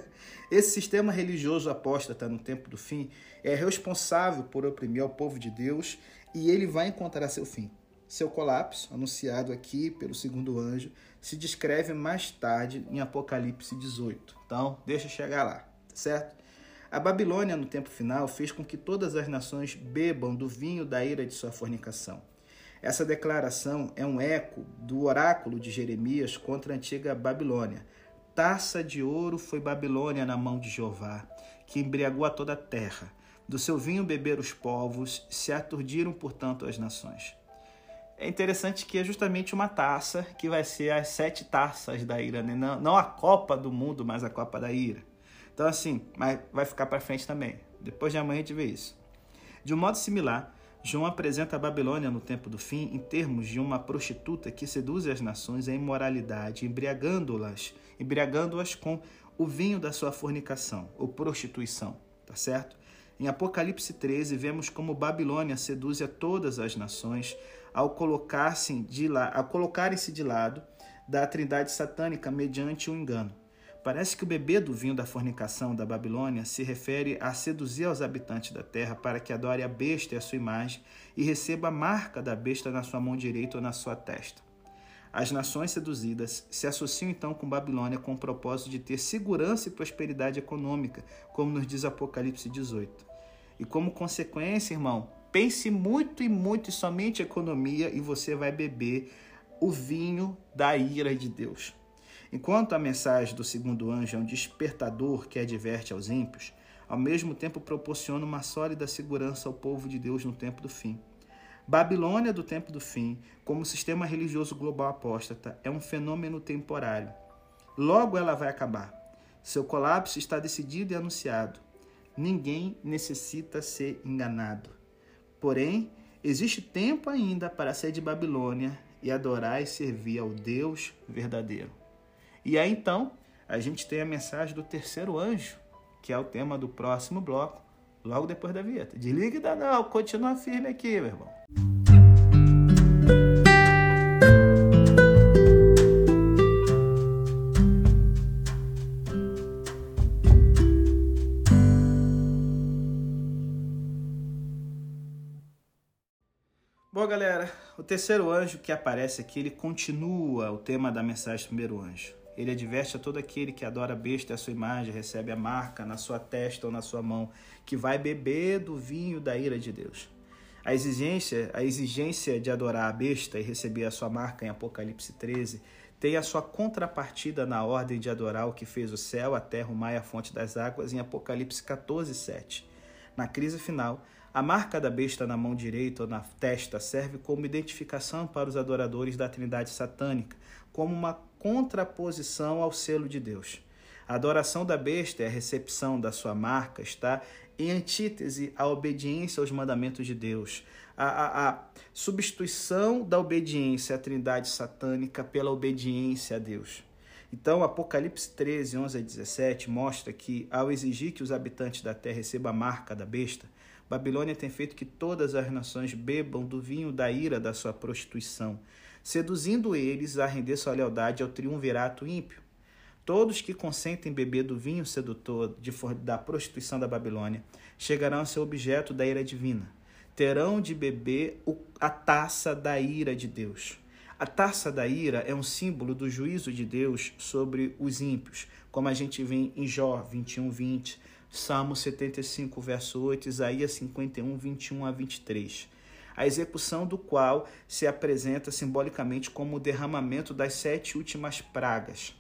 Esse sistema religioso apóstata no tempo do fim é responsável por oprimir o povo de Deus e ele vai encontrar seu fim. Seu colapso, anunciado aqui pelo segundo anjo, se descreve mais tarde em Apocalipse 18. Então, deixa eu chegar lá, tá certo? A Babilônia, no tempo final, fez com que todas as nações bebam do vinho da ira de sua fornicação. Essa declaração é um eco do oráculo de Jeremias contra a antiga Babilônia. Taça de ouro foi Babilônia na mão de Jeová, que embriagou a toda a terra. Do seu vinho beberam os povos, se aturdiram, portanto, as nações. É interessante que é justamente uma taça que vai ser as 7 taças da ira, né? Não a Copa do Mundo, mas a Copa da Ira. Então, assim, mas vai ficar para frente também. Depois de amanhã a gente vê isso. De um modo similar, João apresenta a Babilônia no tempo do fim em termos de uma prostituta que seduz as nações à imoralidade, embriagando-as com o vinho da sua fornicação, ou prostituição, tá certo? Em Apocalipse 13, vemos como Babilônia seduz a todas as nações ao colocarem-se de lado da trindade satânica mediante o engano. Parece que o bebê do vinho da fornicação da Babilônia se refere a seduzir aos habitantes da terra para que adore a besta e a sua imagem e receba a marca da besta na sua mão direita ou na sua testa. As nações seduzidas se associam então com Babilônia com o propósito de ter segurança e prosperidade econômica, como nos diz Apocalipse 18. E como consequência, irmão, pense muito e somente em economia e você vai beber o vinho da ira de Deus. Enquanto a mensagem do segundo anjo é um despertador que adverte aos ímpios, ao mesmo tempo proporciona uma sólida segurança ao povo de Deus no tempo do fim. Babilônia do tempo do fim, como sistema religioso global apóstata, é um fenômeno temporário. Logo ela vai acabar. Seu colapso está decidido e anunciado. Ninguém necessita ser enganado. Porém, existe tempo ainda para sair de Babilônia e adorar e servir ao Deus verdadeiro. E aí então, a gente tem a mensagem do terceiro anjo, que é o tema do próximo bloco, logo depois da vinheta. Desliga e dá não, continua firme aqui, meu irmão. Bom, galera, o terceiro anjo que aparece aqui, ele continua o tema da mensagem do primeiro anjo. Ele adverte a todo aquele que adora a besta e a sua imagem, recebe a marca na sua testa ou na sua mão, que vai beber do vinho da ira de Deus. A exigência de adorar a besta e receber a sua marca em Apocalipse 13 tem a sua contrapartida na ordem de adorar o que fez o céu, a terra, o mar e a fonte das águas em Apocalipse 14, 7. Na crise final, a marca da besta na mão direita ou na testa serve como identificação para os adoradores da Trindade satânica, como uma contraposição ao selo de Deus. A adoração da besta e a recepção da sua marca está em antítese à obediência aos mandamentos de Deus, a substituição da obediência à Trindade satânica pela obediência a Deus. Então, Apocalipse 13, 11 a 17 mostra que, ao exigir que os habitantes da terra recebam a marca da besta, Babilônia tem feito que todas as nações bebam do vinho da ira da sua prostituição, seduzindo eles a render sua lealdade ao triunvirato ímpio. Todos que consentem beber do vinho sedutor da prostituição da Babilônia chegarão a ser objeto da ira divina. Terão de beber a taça da ira de Deus. A taça da ira é um símbolo do juízo de Deus sobre os ímpios, como a gente vê em Jó 21, 20, Salmo 75, verso 8, Isaías 51, 21 a 23. A execução do qual se apresenta simbolicamente como o derramamento das 7 últimas pragas.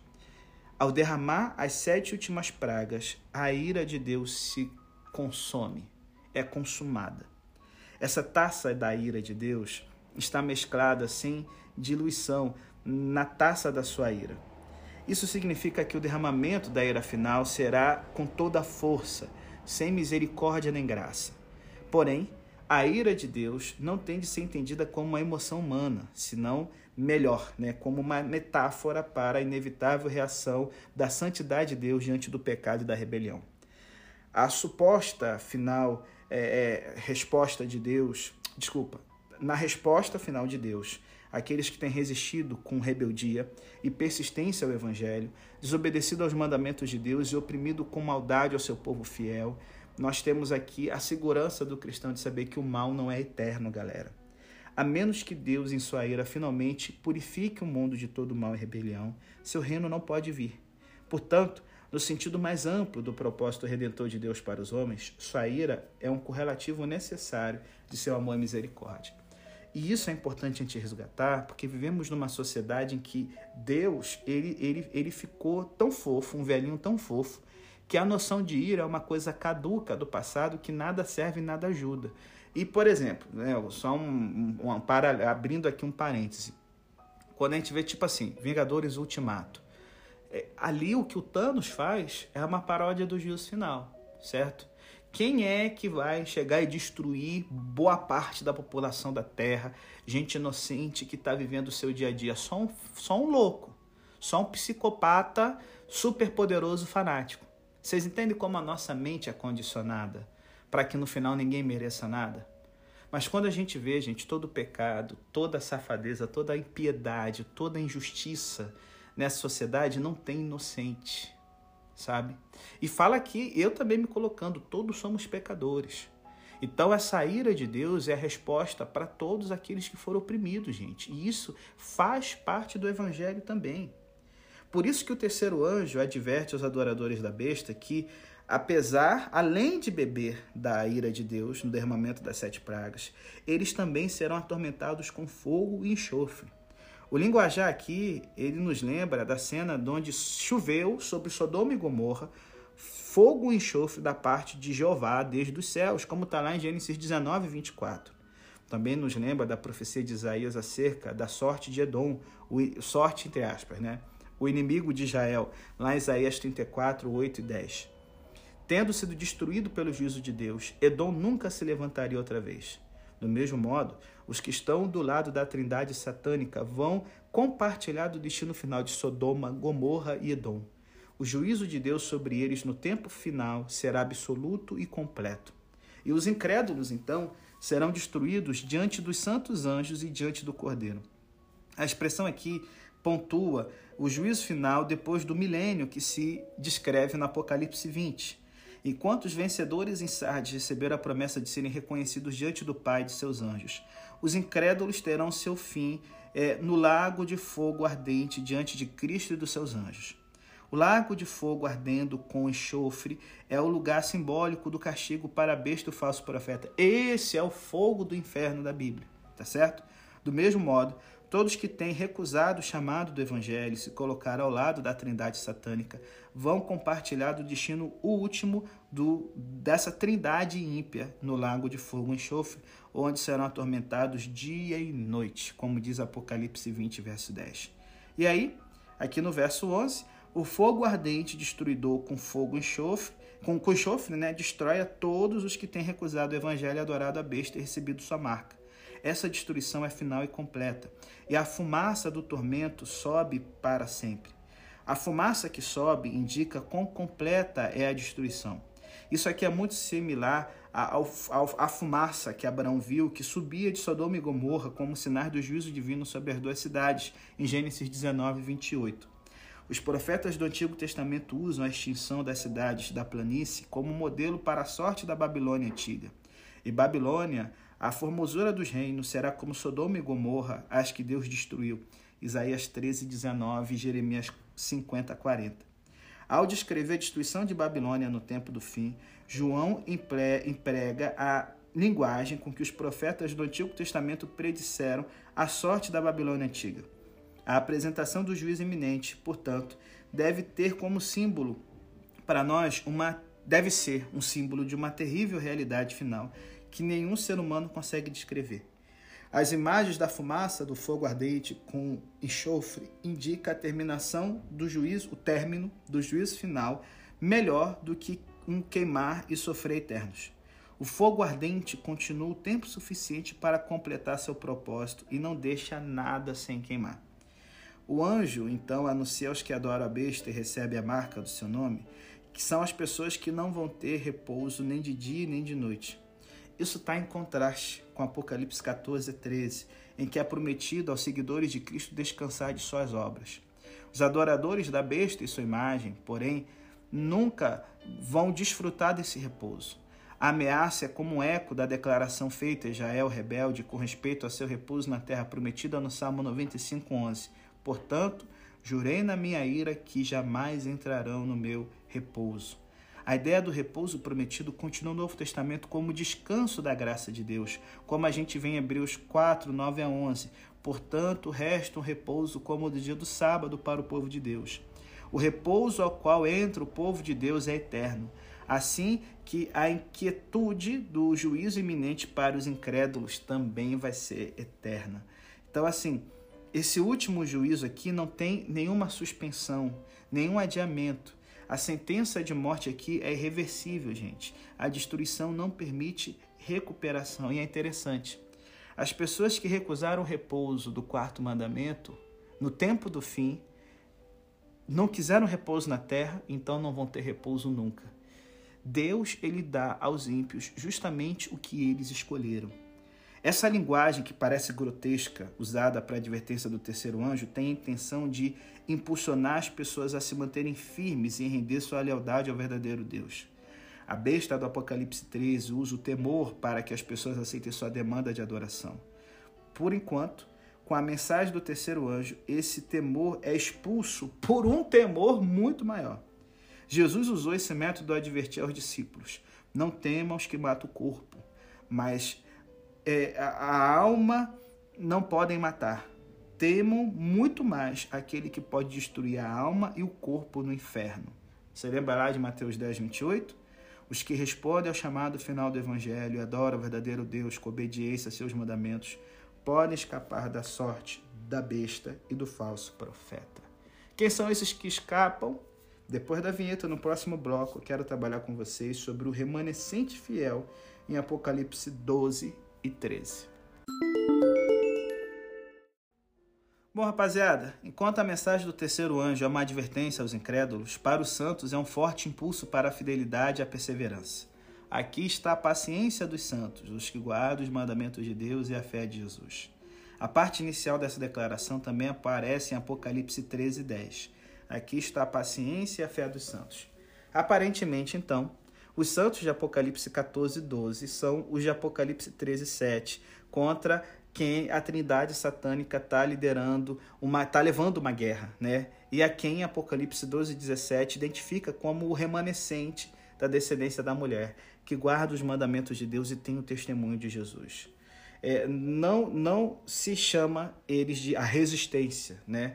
Ao derramar as 7 últimas pragas, a ira de Deus se consome, é consumada. Essa taça da ira de Deus está mesclada sem diluição na taça da sua ira. Isso significa que o derramamento da ira final será com toda a força, sem misericórdia nem graça. Porém, a ira de Deus não tem de ser entendida como uma emoção humana, senão melhor, como uma metáfora para a inevitável reação da santidade de Deus diante do pecado e da rebelião. A suposta final resposta de Deus, na resposta final de Deus, aqueles que têm resistido com rebeldia e persistência ao Evangelho, desobedecido aos mandamentos de Deus e oprimido com maldade ao seu povo fiel, nós temos aqui a segurança do cristão de saber que o mal não é eterno, galera. A menos que Deus, em sua ira, finalmente purifique o mundo de todo mal e rebelião, seu reino não pode vir. Portanto, no sentido mais amplo do propósito redentor de Deus para os homens, sua ira é um correlativo necessário de seu amor e misericórdia. E isso é importante a gente resgatar, porque vivemos numa sociedade em que Deus, ele ficou tão fofo, um velhinho tão fofo, que a noção de ira é uma coisa caduca do passado que nada serve e nada ajuda. E, por exemplo, só abrindo aqui um parêntese, quando a gente vê tipo assim, Vingadores Ultimato, ali o que o Thanos faz é uma paródia do juízo final, certo? Quem é que vai chegar e destruir boa parte da população da Terra? Gente inocente que está vivendo o seu dia a dia. Só um louco, só um psicopata super poderoso fanático. Vocês entendem como a nossa mente é condicionada para que no final ninguém mereça nada? Mas quando a gente vê, gente, todo o pecado, toda a safadeza, toda a impiedade, toda a injustiça nessa sociedade, não tem inocente, sabe? E fala aqui, eu também me colocando, todos somos pecadores. Então essa ira de Deus é a resposta para todos aqueles que foram oprimidos, gente. E isso faz parte do evangelho também. Por isso que o terceiro anjo adverte aos adoradores da besta que, além de beber da ira de Deus no derramamento das 7 pragas, eles também serão atormentados com fogo e enxofre. O linguajar aqui, ele nos lembra da cena onde choveu sobre Sodoma e Gomorra fogo e enxofre da parte de Jeová desde os céus, como está lá em Gênesis 19, 24. Também nos lembra da profecia de Isaías acerca da sorte de Edom, sorte entre aspas, né? O inimigo de Israel, lá em Isaías 34, 8 e 10. Tendo sido destruído pelo juízo de Deus, Edom nunca se levantaria outra vez. Do mesmo modo, os que estão do lado da trindade satânica vão compartilhar do destino final de Sodoma, Gomorra e Edom. O juízo de Deus sobre eles no tempo final será absoluto e completo. E os incrédulos, então, serão destruídos diante dos santos anjos e diante do Cordeiro. A expressão aqui pontua o juízo final depois do milênio que se descreve no Apocalipse 20. Enquanto os vencedores em Sardes receberam a promessa de serem reconhecidos diante do Pai e de seus anjos, os incrédulos terão seu fim no lago de fogo ardente diante de Cristo e dos seus anjos. O lago de fogo ardendo com enxofre é o lugar simbólico do castigo para a besta e o falso profeta. Esse é o fogo do inferno da Bíblia, tá certo? Do mesmo modo, todos que têm recusado o chamado do Evangelho e se colocaram ao lado da trindade satânica vão compartilhar do destino último dessa trindade ímpia no lago de fogo e enxofre, onde serão atormentados dia e noite, como diz Apocalipse 20, verso 10. E aí, aqui no verso 11, o fogo ardente destruidor com fogo e enxofre, com enxofre, né, destrói a todos os que têm recusado o Evangelho e adorado a besta e recebido sua marca. Essa destruição é final e completa, e a fumaça do tormento sobe para sempre. A fumaça que sobe indica quão completa é a destruição. Isso aqui é muito similar à fumaça que Abraão viu que subia de Sodoma e Gomorra como sinais do juízo divino sobre as 2 cidades, em Gênesis 19, 28. Os profetas do Antigo Testamento usam a extinção das cidades da planície como modelo para a sorte da Babilônia antiga. E Babilônia, a formosura dos reinos, será como Sodoma e Gomorra, as que Deus destruiu. Isaías 13, 19 e Jeremias 50, 40. Ao descrever a destruição de Babilônia no tempo do fim, João emprega a linguagem com que os profetas do Antigo Testamento predisseram a sorte da Babilônia antiga. A apresentação do juízo iminente, portanto, deve ter como símbolo para nós deve ser um símbolo de uma terrível realidade final que nenhum ser humano consegue descrever. As imagens da fumaça do fogo ardente com enxofre indicam a terminação do juízo, o término do juízo final, melhor do que um queimar e sofrer eternos. O fogo ardente continua o tempo suficiente para completar seu propósito e não deixa nada sem queimar. O anjo, então, anuncia aos que adoram a besta e recebem a marca do seu nome, que são as pessoas que não vão ter repouso nem de dia nem de noite. Isso está em contraste com Apocalipse 14, 13, em que é prometido aos seguidores de Cristo descansar de suas obras. Os adoradores da besta e sua imagem, porém, nunca vão desfrutar desse repouso. A ameaça é como um eco da declaração feita a Israel rebelde com respeito a seu repouso na terra prometida no Salmo 95, 11. Portanto, jurei na minha ira que jamais entrarão no meu repouso. A ideia do repouso prometido continua no Novo Testamento como descanso da graça de Deus, como a gente vê em Hebreus 4, 9 a 11. Portanto, resta um repouso como o do dia do sábado para o povo de Deus. O repouso ao qual entra o povo de Deus é eterno, assim que a inquietude do juízo iminente para os incrédulos também vai ser eterna. Então, assim, esse último juízo aqui não tem nenhuma suspensão, nenhum adiamento. A sentença de morte aqui é irreversível, gente. A destruição não permite recuperação. E é interessante. As pessoas que recusaram o repouso do quarto mandamento, no tempo do fim, não quiseram repouso na terra, então não vão ter repouso nunca. Deus, ele dá aos ímpios justamente o que eles escolheram. Essa linguagem que parece grotesca, usada para a advertência do terceiro anjo, tem a intenção de impulsionar as pessoas a se manterem firmes e render sua lealdade ao verdadeiro Deus. A besta do Apocalipse 13 usa o temor para que as pessoas aceitem sua demanda de adoração. Por enquanto, com a mensagem do terceiro anjo, esse temor é expulso por um temor muito maior. Jesus usou esse método a advertir aos discípulos: não temam os que matam o corpo, mas a alma não podem matar. Temam muito mais aquele que pode destruir a alma e o corpo no inferno. Você lembra lá de Mateus 10, 28? Os que respondem ao chamado final do Evangelho e adoram o verdadeiro Deus com obediência a seus mandamentos podem escapar da sorte da besta e do falso profeta. Quem são esses que escapam? Depois da vinheta, no próximo bloco, eu quero trabalhar com vocês sobre o remanescente fiel em Apocalipse 12 e 13. Bom, rapaziada, enquanto a mensagem do terceiro anjo é uma advertência aos incrédulos, para os santos é um forte impulso para a fidelidade e a perseverança. Aqui está a paciência dos santos, os que guardam os mandamentos de Deus e a fé de Jesus. A parte inicial dessa declaração também aparece em Apocalipse 13, 10. Aqui está a paciência e a fé dos santos. Aparentemente, então, os santos de Apocalipse 14, 12 são os de Apocalipse 13, 7, contra quem a trindade satânica está levando uma guerra, né? E a quem Apocalipse 12, 17 identifica como o remanescente da descendência da mulher, que guarda os mandamentos de Deus e tem o testemunho de Jesus. Não se chama eles de a resistência, né?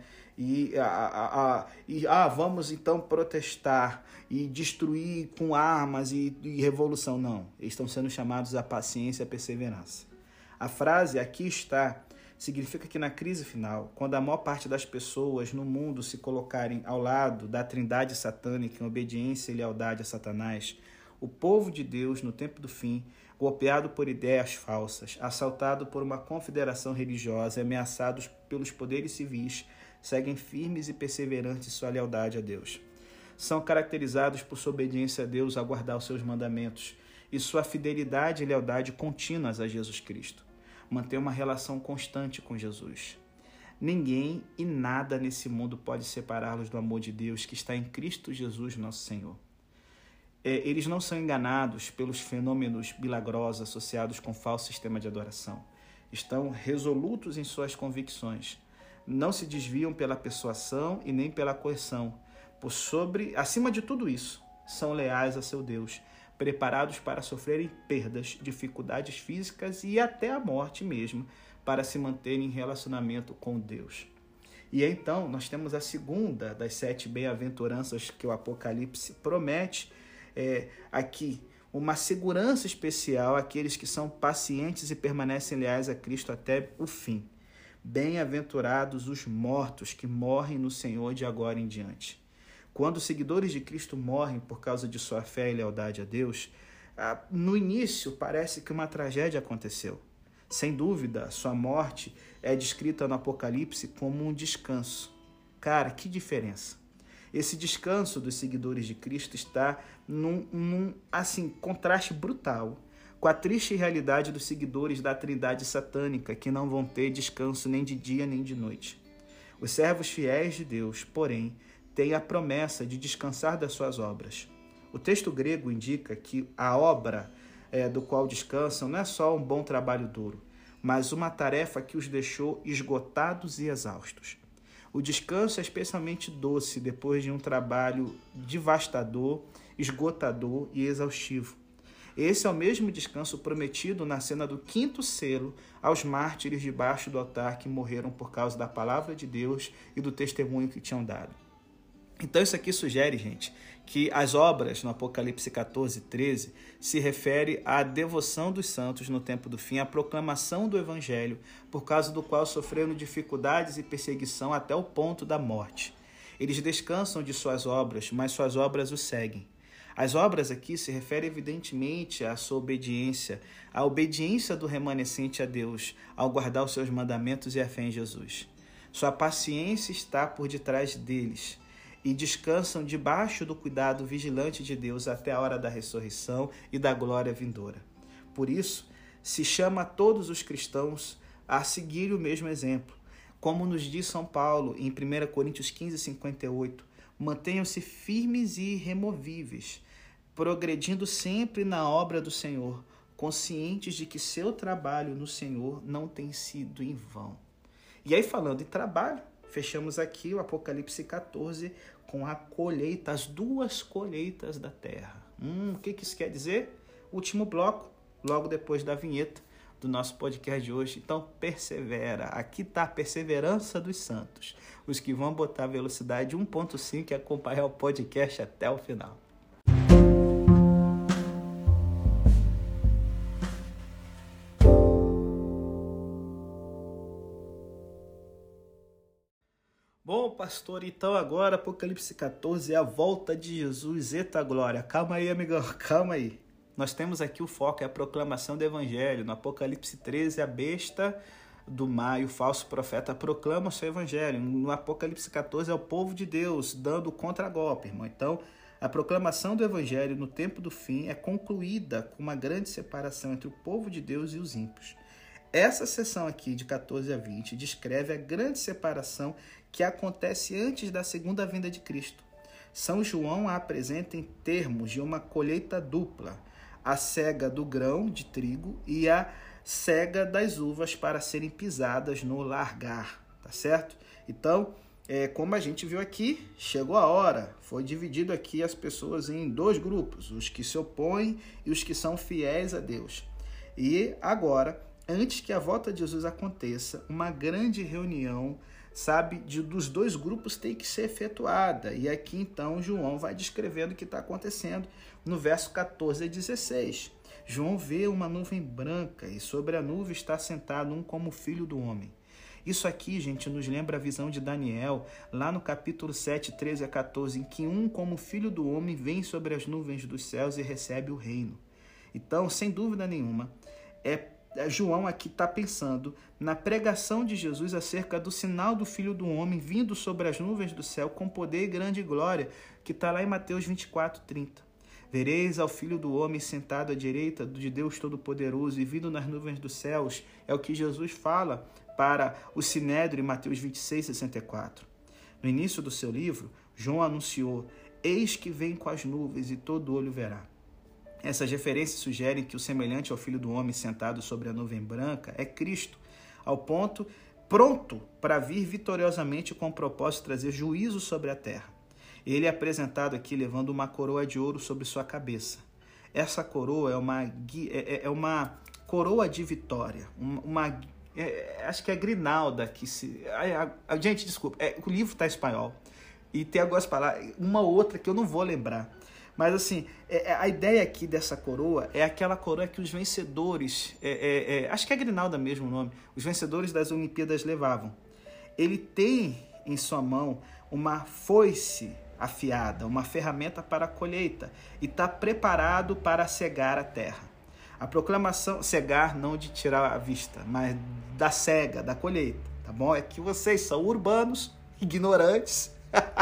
Vamos então protestar e destruir com armas e revolução. Não, eles estão sendo chamados à paciência e à perseverança. A frase aqui está significa que na crise final, quando a maior parte das pessoas no mundo se colocarem ao lado da trindade satânica em obediência e lealdade a Satanás, o povo de Deus, no tempo do fim, golpeado por ideias falsas, assaltado por uma confederação religiosa e ameaçados pelos poderes civis, seguem firmes e perseverantes em sua lealdade a Deus. São caracterizados por sua obediência a Deus, a guardar os seus mandamentos, e sua fidelidade e lealdade contínuas a Jesus Cristo. Manter uma relação constante com Jesus. Ninguém e nada nesse mundo pode separá-los do amor de Deus que está em Cristo Jesus, nosso Senhor. Eles não são enganados pelos fenômenos milagrosos associados com falso sistema de adoração. Estão resolutos em suas convicções. Não se desviam pela persuasão e nem pela coerção. Acima de tudo isso, são leais a seu Deus, preparados para sofrerem perdas, dificuldades físicas e até a morte mesmo, para se manterem em relacionamento com Deus. E então nós temos a segunda das 7 bem-aventuranças que o Apocalipse promete aqui, uma segurança especial àqueles que são pacientes e permanecem leais a Cristo até o fim. Bem-aventurados os mortos que morrem no Senhor de agora em diante. Quando os seguidores de Cristo morrem por causa de sua fé e lealdade a Deus, no início parece que uma tragédia aconteceu. Sem dúvida, sua morte é descrita no Apocalipse como um descanso. Cara, que diferença! Esse descanso dos seguidores de Cristo está num contraste brutal com a triste realidade dos seguidores da trindade satânica, que não vão ter descanso nem de dia nem de noite. Os servos fiéis de Deus, porém, têm a promessa de descansar das suas obras. O texto grego indica que a obra do qual descansam não é só um bom trabalho duro, mas uma tarefa que os deixou esgotados e exaustos. O descanso é especialmente doce depois de um trabalho devastador, esgotador e exaustivo. Esse é o mesmo descanso prometido na cena do 5º selo aos mártires debaixo do altar que morreram por causa da palavra de Deus e do testemunho que tinham dado. Então isso aqui sugere, gente, que as obras no Apocalipse 14, 13 se refere à devoção dos santos no tempo do fim, à proclamação do Evangelho, por causa do qual sofreram dificuldades e perseguição até o ponto da morte. Eles descansam de suas obras, mas suas obras os seguem. As obras aqui se referem evidentemente à sua obediência, à obediência do remanescente a Deus, ao guardar os seus mandamentos e a fé em Jesus. Sua paciência está por detrás deles e descansam debaixo do cuidado vigilante de Deus até a hora da ressurreição e da glória vindoura. Por isso, se chama a todos os cristãos a seguir o mesmo exemplo. Como nos diz São Paulo em 1 Coríntios 15, 58, mantenham-se firmes e irremovíveis, progredindo sempre na obra do Senhor, conscientes de que seu trabalho no Senhor não tem sido em vão. E aí, falando em trabalho, fechamos aqui o Apocalipse 14 com a colheita, as duas colheitas da terra. O que isso quer dizer? Último bloco, logo depois da vinheta do nosso podcast de hoje. Então, persevera. Aqui está a perseverança dos santos. Os que vão botar a velocidade 1.5 e acompanhar o podcast até o final. Bom, pastor, então agora Apocalipse 14 é a volta de Jesus. Eita glória. Calma aí, amigão, calma aí. Nós temos aqui o foco, é a proclamação do evangelho. No Apocalipse 13, a besta do mar e o falso profeta proclamam o seu evangelho. No Apocalipse 14 é o povo de Deus dando contragolpe, irmão. Então, a proclamação do evangelho no tempo do fim é concluída com uma grande separação entre o povo de Deus e os ímpios. Essa seção aqui, de 14 a 20, descreve a grande separação que acontece antes da segunda vinda de Cristo. São João a apresenta em termos de uma colheita dupla, a cega do grão de trigo e a cega das uvas para serem pisadas no largar, tá certo? Então, como a gente viu aqui, chegou a hora, foi dividido aqui as pessoas em dois grupos, os que se opõem e os que são fiéis a Deus. E agora, antes que a volta de Jesus aconteça, uma grande reunião, dos dois grupos tem que ser efetuada. E aqui então João vai descrevendo o que está acontecendo no verso 14 a 16. João vê uma nuvem branca e sobre a nuvem está sentado um como filho do homem. Isso aqui, gente, nos lembra a visão de Daniel, lá no capítulo 7, 13 a 14, em que um como filho do homem vem sobre as nuvens dos céus e recebe o reino. Então, sem dúvida nenhuma, João aqui está pensando na pregação de Jesus acerca do sinal do Filho do Homem vindo sobre as nuvens do céu com poder e grande glória, que está lá em Mateus 24, 30. Vereis ao Filho do Homem sentado à direita de Deus Todo-Poderoso e vindo nas nuvens dos céus, é o que Jesus fala para o Sinédrio em Mateus 26, 64. No início do seu livro, João anunciou: eis que vem com as nuvens e todo olho verá. Essas referências sugerem que o semelhante ao Filho do Homem sentado sobre a nuvem branca é Cristo, ao ponto pronto para vir vitoriosamente com o propósito de trazer juízo sobre a terra. Ele é apresentado aqui levando uma coroa de ouro sobre sua cabeça. Essa coroa é uma coroa de vitória, acho que é grinalda que se... Gente, desculpa, o livro está em espanhol e tem algumas palavras, uma outra que eu não vou lembrar. Mas assim, a ideia aqui dessa coroa é aquela coroa que os vencedores, acho que é grinalda mesmo o nome, os vencedores das Olimpíadas levavam. Ele tem em sua mão uma foice afiada, uma ferramenta para a colheita, e está preparado para cegar a terra. A proclamação, cegar não de tirar a vista, mas da cega, da colheita, tá bom? É que vocês são urbanos, ignorantes,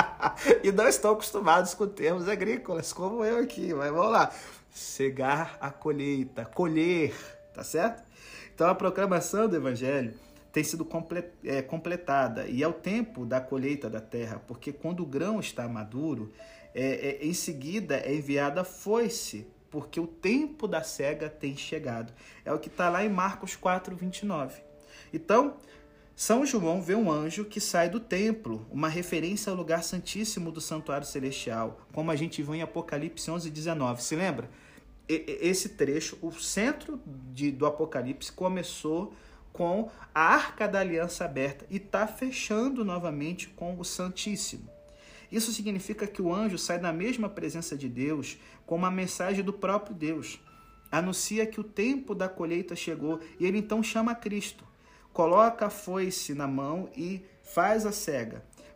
e não estão acostumados com termos agrícolas, como eu aqui, mas vamos lá. Cegar a colheita, colher, tá certo? Então a proclamação do evangelho tem sido completada e é o tempo da colheita da terra, porque quando o grão está maduro, em seguida é enviada a foice, porque o tempo da cega tem chegado. É o que está lá em Marcos 4, 29. Então, São João vê um anjo que sai do templo, uma referência ao lugar santíssimo do santuário celestial, como a gente viu em Apocalipse 11, 19. Se lembra? Esse trecho, o centro do Apocalipse começou com a Arca da Aliança aberta e está fechando novamente com o Santíssimo. Isso significa que o anjo sai da mesma presença de Deus com uma mensagem do próprio Deus. Anuncia que o tempo da colheita chegou e ele então chama Cristo. Coloca a foice na mão e faz a cega.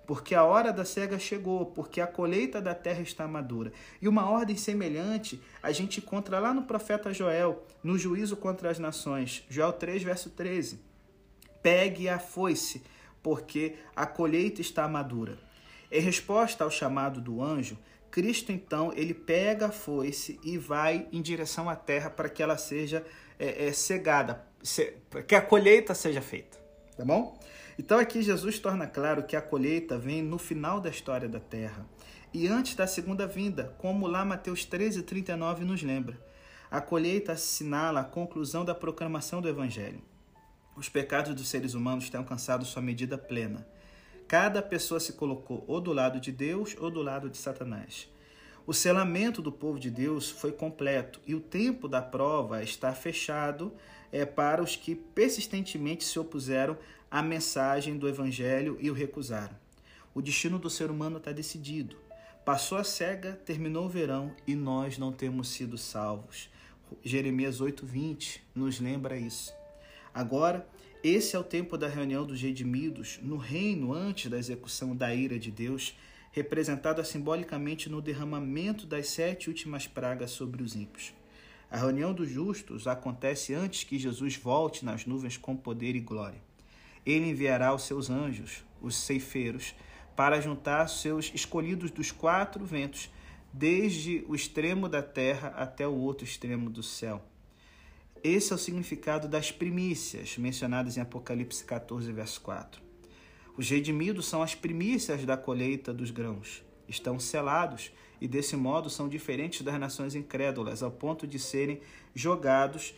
porque a hora da ceiga chegou, porque a colheita da terra está madura. E uma ordem semelhante a gente encontra lá no profeta Joel, no juízo contra as nações. Joel 3, verso 13. Pegue a foice, porque a colheita está madura. Em resposta ao chamado do anjo, Cristo, então, ele pega a foice e vai em direção à terra para que ela seja cegada, para que a colheita seja feita. Tá bom? Então aqui Jesus torna claro que a colheita vem no final da história da terra e antes da segunda vinda, como lá Mateus 13:39 nos lembra. A colheita assinala a conclusão da proclamação do Evangelho. Os pecados dos seres humanos têm alcançado sua medida plena. Cada pessoa se colocou ou do lado de Deus ou do lado de Satanás. O selamento do povo de Deus foi completo e o tempo da prova está fechado para os que persistentemente se opuseram à mensagem do Evangelho e o recusaram. O destino do ser humano está decidido. Passou a cega, terminou o verão e nós não temos sido salvos. Jeremias 8:20 nos lembra isso. Agora, esse é o tempo da reunião dos redimidos no reino antes da execução da ira de Deus, representada simbolicamente no derramamento das 7 últimas pragas sobre os ímpios. A reunião dos justos acontece antes que Jesus volte nas nuvens com poder e glória. Ele enviará os seus anjos, os ceifeiros, para juntar seus escolhidos dos 4 ventos, desde o extremo da terra até o outro extremo do céu. Esse é o significado das primícias, mencionadas em Apocalipse 14, verso 4. Os redimidos são as primícias da colheita dos grãos. Estão selados e, desse modo, são diferentes das nações incrédulas, ao ponto de serem jogados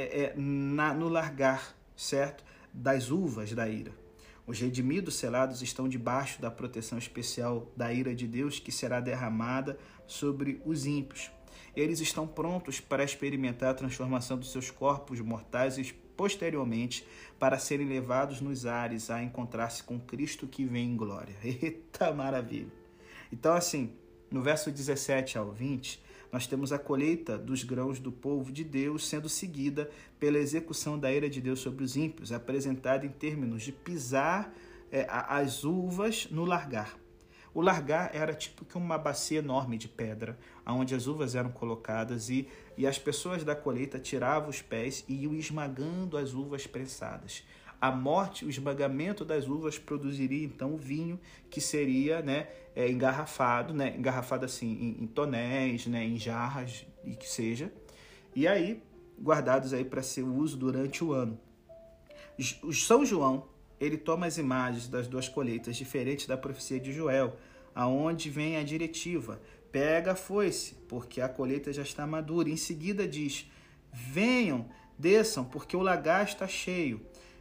no largar, certo? Das uvas da ira. Os redimidos selados estão debaixo da proteção especial da ira de Deus que será derramada sobre os ímpios. Eles estão prontos para experimentar a transformação dos seus corpos mortais e, posteriormente, para serem levados nos ares a encontrar-se com Cristo que vem em glória. Eita maravilha! Então, assim, no verso 17 ao 20, nós temos a colheita dos grãos do povo de Deus sendo seguida pela execução da ira de Deus sobre os ímpios, apresentada em termos de pisar as uvas no largar. O largar era tipo que uma bacia enorme de pedra, onde as uvas eram colocadas e as pessoas da colheita tiravam os pés e iam esmagando as uvas prensadas. A morte, o esmagamento das uvas produziria então o vinho que seria engarrafado, engarrafado assim em tonéis, em jarras e que seja, e aí guardados aí para ser uso durante o ano. O São João, ele toma as imagens das 2 colheitas diferentes da profecia de Joel, aonde vem a diretiva: pega a foice, porque a colheita já está madura. Em seguida diz: venham, desçam, porque o lagar está cheio.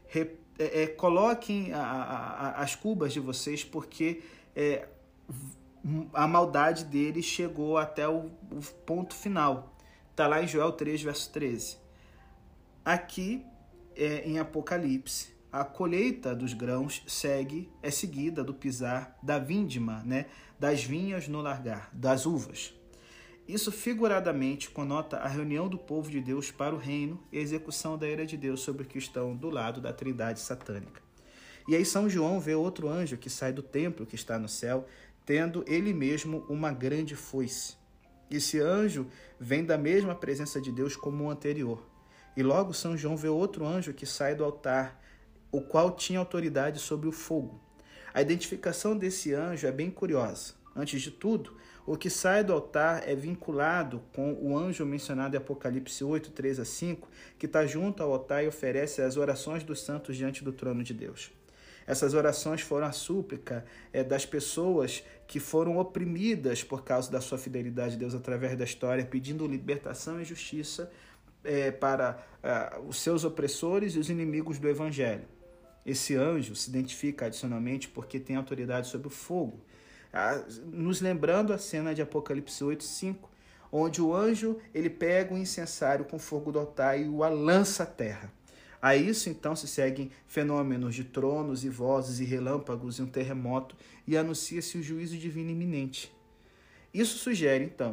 Coloquem as cubas de vocês, porque a maldade deles chegou até o ponto final. Está lá em Joel 3, verso 13. Aqui, em Apocalipse, a colheita dos grãos é seguida do pisar da vindima, das vinhas no largar, das uvas. Isso figuradamente conota a reunião do povo de Deus para o reino e a execução da ira de Deus sobre os que estão do lado da trindade satânica. E aí São João vê outro anjo que sai do templo que está no céu, tendo ele mesmo uma grande foice. Esse anjo vem da mesma presença de Deus como o anterior. E logo São João vê outro anjo que sai do altar, o qual tinha autoridade sobre o fogo. A identificação desse anjo é bem curiosa. Antes de tudo, o que sai do altar é vinculado com o anjo mencionado em Apocalipse 8, 3 a 5, que está junto ao altar e oferece as orações dos santos diante do trono de Deus. Essas orações foram a súplica das pessoas que foram oprimidas por causa da sua fidelidade a Deus através da história, pedindo libertação e justiça para os seus opressores e os inimigos do Evangelho. Esse anjo se identifica adicionalmente porque tem autoridade sobre o fogo, nos lembrando a cena de Apocalipse 8, 5, onde o anjo ele pega o incensário com fogo do altar e o lança à terra. A isso, então, se seguem fenômenos de tronos e vozes e relâmpagos e um terremoto, e anuncia-se o juízo divino iminente. Isso sugere, então,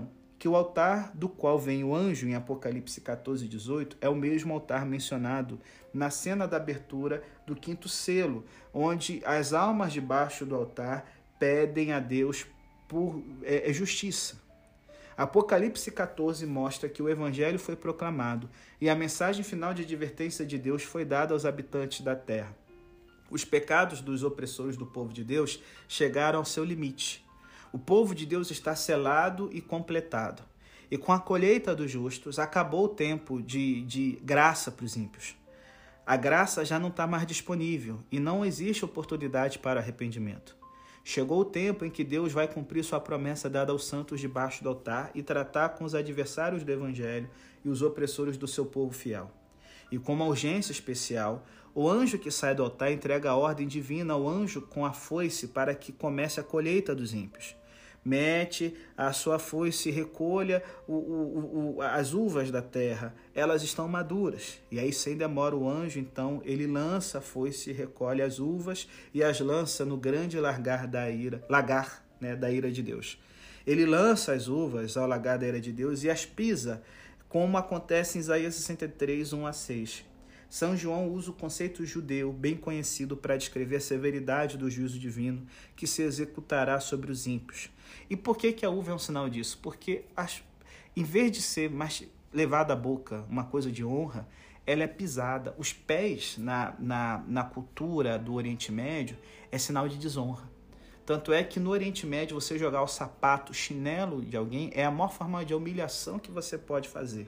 que o altar do qual vem o anjo em Apocalipse 14, 18 é o mesmo altar mencionado na cena da abertura do 5º selo, onde as almas debaixo do altar pedem a Deus por justiça. Apocalipse 14 mostra que o evangelho foi proclamado e a mensagem final de advertência de Deus foi dada aos habitantes da terra. Os pecados dos opressores do povo de Deus chegaram ao seu limite. O povo de Deus está selado e completado. E com a colheita dos justos, acabou o tempo de graça para os ímpios. A graça já não está mais disponível e não existe oportunidade para arrependimento. Chegou o tempo em que Deus vai cumprir sua promessa dada aos santos debaixo do altar e tratar com os adversários do evangelho e os opressores do seu povo fiel. E com uma urgência especial, o anjo que sai do altar entrega a ordem divina ao anjo com a foice para que comece a colheita dos ímpios. Mete a sua foice e recolha as uvas da terra, elas estão maduras. E aí, sem demora, o anjo, então, ele lança a foice e recolhe as uvas e as lança no grande lagar da ira de Deus. Ele lança as uvas ao lagar da ira de Deus e as pisa, como acontece em Isaías 63, 1-6. São João usa o conceito judeu, bem conhecido, para descrever a severidade do juízo divino que se executará sobre os ímpios. E por que a uva é um sinal disso? Porque, em vez de ser mais levada à boca, uma coisa de honra, ela é pisada. Os pés, na cultura do Oriente Médio, é sinal de desonra. Tanto é que no Oriente Médio, você jogar o sapato, o chinelo de alguém, é a maior forma de humilhação que você pode fazer.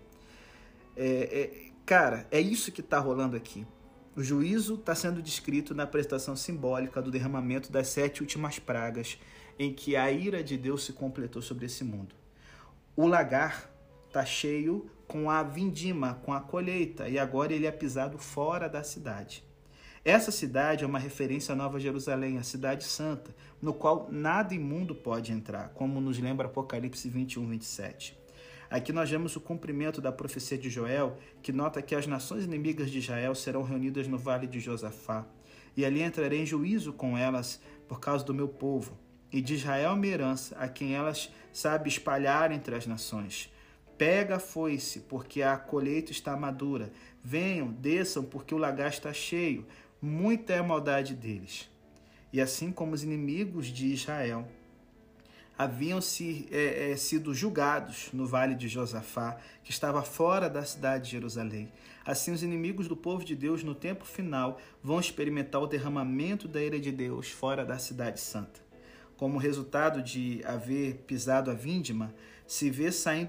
Cara, é isso que está rolando aqui. O juízo está sendo descrito na apresentação simbólica do derramamento das 7 últimas pragas, em que a ira de Deus se completou sobre esse mundo. O lagar está cheio com a vindima, com a colheita, e agora ele é pisado fora da cidade. Essa cidade é uma referência à Nova Jerusalém, a cidade santa, no qual nada imundo pode entrar, como nos lembra Apocalipse 21, 27. Aqui nós vemos o cumprimento da profecia de Joel, que nota que as nações inimigas de Israel serão reunidas no vale de Josafá, e ali entrarei em juízo com elas por causa do meu povo, e de Israel minha herança, a quem elas sabe espalhar entre as nações. Pega a foice, porque a colheita está madura. Venham, desçam, porque o lagar está cheio. Muita é a maldade deles. E assim como os inimigos de Israel haviam sido julgados no vale de Josafá, que estava fora da cidade de Jerusalém. Assim, os inimigos do povo de Deus, no tempo final, vão experimentar o derramamento da ira de Deus fora da cidade santa. Como resultado de haver pisado a vindima, se vê saindo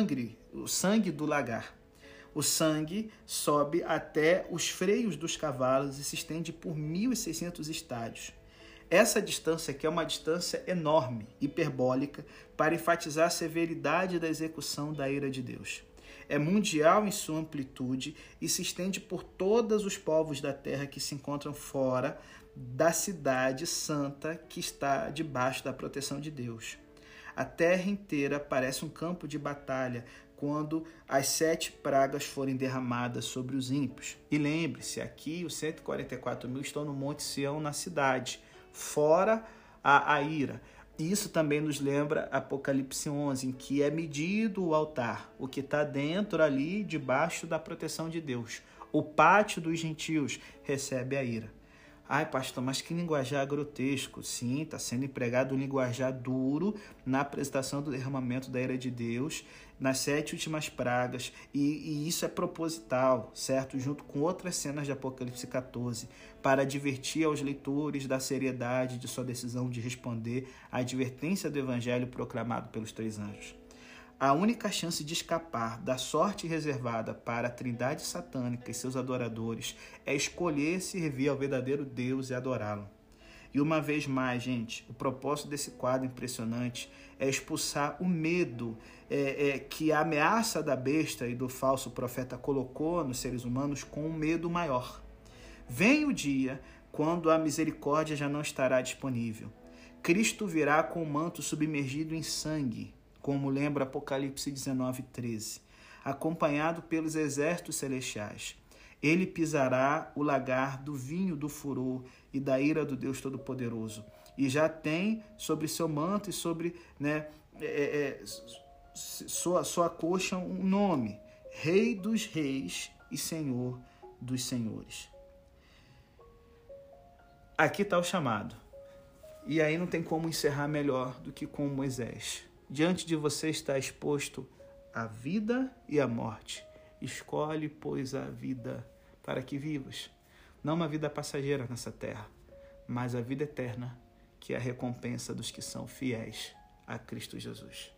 o sangue do lagar. O sangue sobe até os freios dos cavalos e se estende por 1.600 estádios. Essa distância aqui é uma distância enorme, hiperbólica, para enfatizar a severidade da execução da ira de Deus. É mundial em sua amplitude e se estende por todos os povos da terra que se encontram fora da cidade santa que está debaixo da proteção de Deus. A terra inteira parece um campo de batalha quando as 7 pragas forem derramadas sobre os ímpios. E lembre-se, aqui os 144 mil estão no Monte Sião, na cidade, fora a ira. E isso também nos lembra Apocalipse 11, em que é medido o altar, o que está dentro ali, debaixo da proteção de Deus. O pátio dos gentios recebe a ira. Ai, pastor, mas que linguajar grotesco. Sim, está sendo empregado um linguajar duro na apresentação do derramamento da ira de Deus, nas 7 últimas pragas, e isso é proposital, certo? Junto com outras cenas de Apocalipse 14, para advertir aos leitores da seriedade de sua decisão de responder à advertência do evangelho proclamado pelos 3 anjos. A única chance de escapar da sorte reservada para a trindade satânica e seus adoradores é escolher servir ao verdadeiro Deus e adorá-lo. E uma vez mais, gente, o propósito desse quadro impressionante é expulsar o medo que a ameaça da besta e do falso profeta colocou nos seres humanos com um medo maior. Vem o dia quando a misericórdia já não estará disponível. Cristo virá com o manto submergido em sangue, como lembra Apocalipse 19:13, acompanhado pelos exércitos celestiais. Ele pisará o lagar do vinho do furor e da ira do Deus Todo-Poderoso. E já tem sobre seu manto e sobre sua coxa um nome: Rei dos Reis e Senhor dos Senhores. Aqui está o chamado. E aí não tem como encerrar melhor do que com Moisés. Diante de você está exposto a vida e a morte. Escolhe, pois, a vida para que vivas. Não uma vida passageira nessa terra, mas a vida eterna, que é a recompensa dos que são fiéis a Cristo Jesus.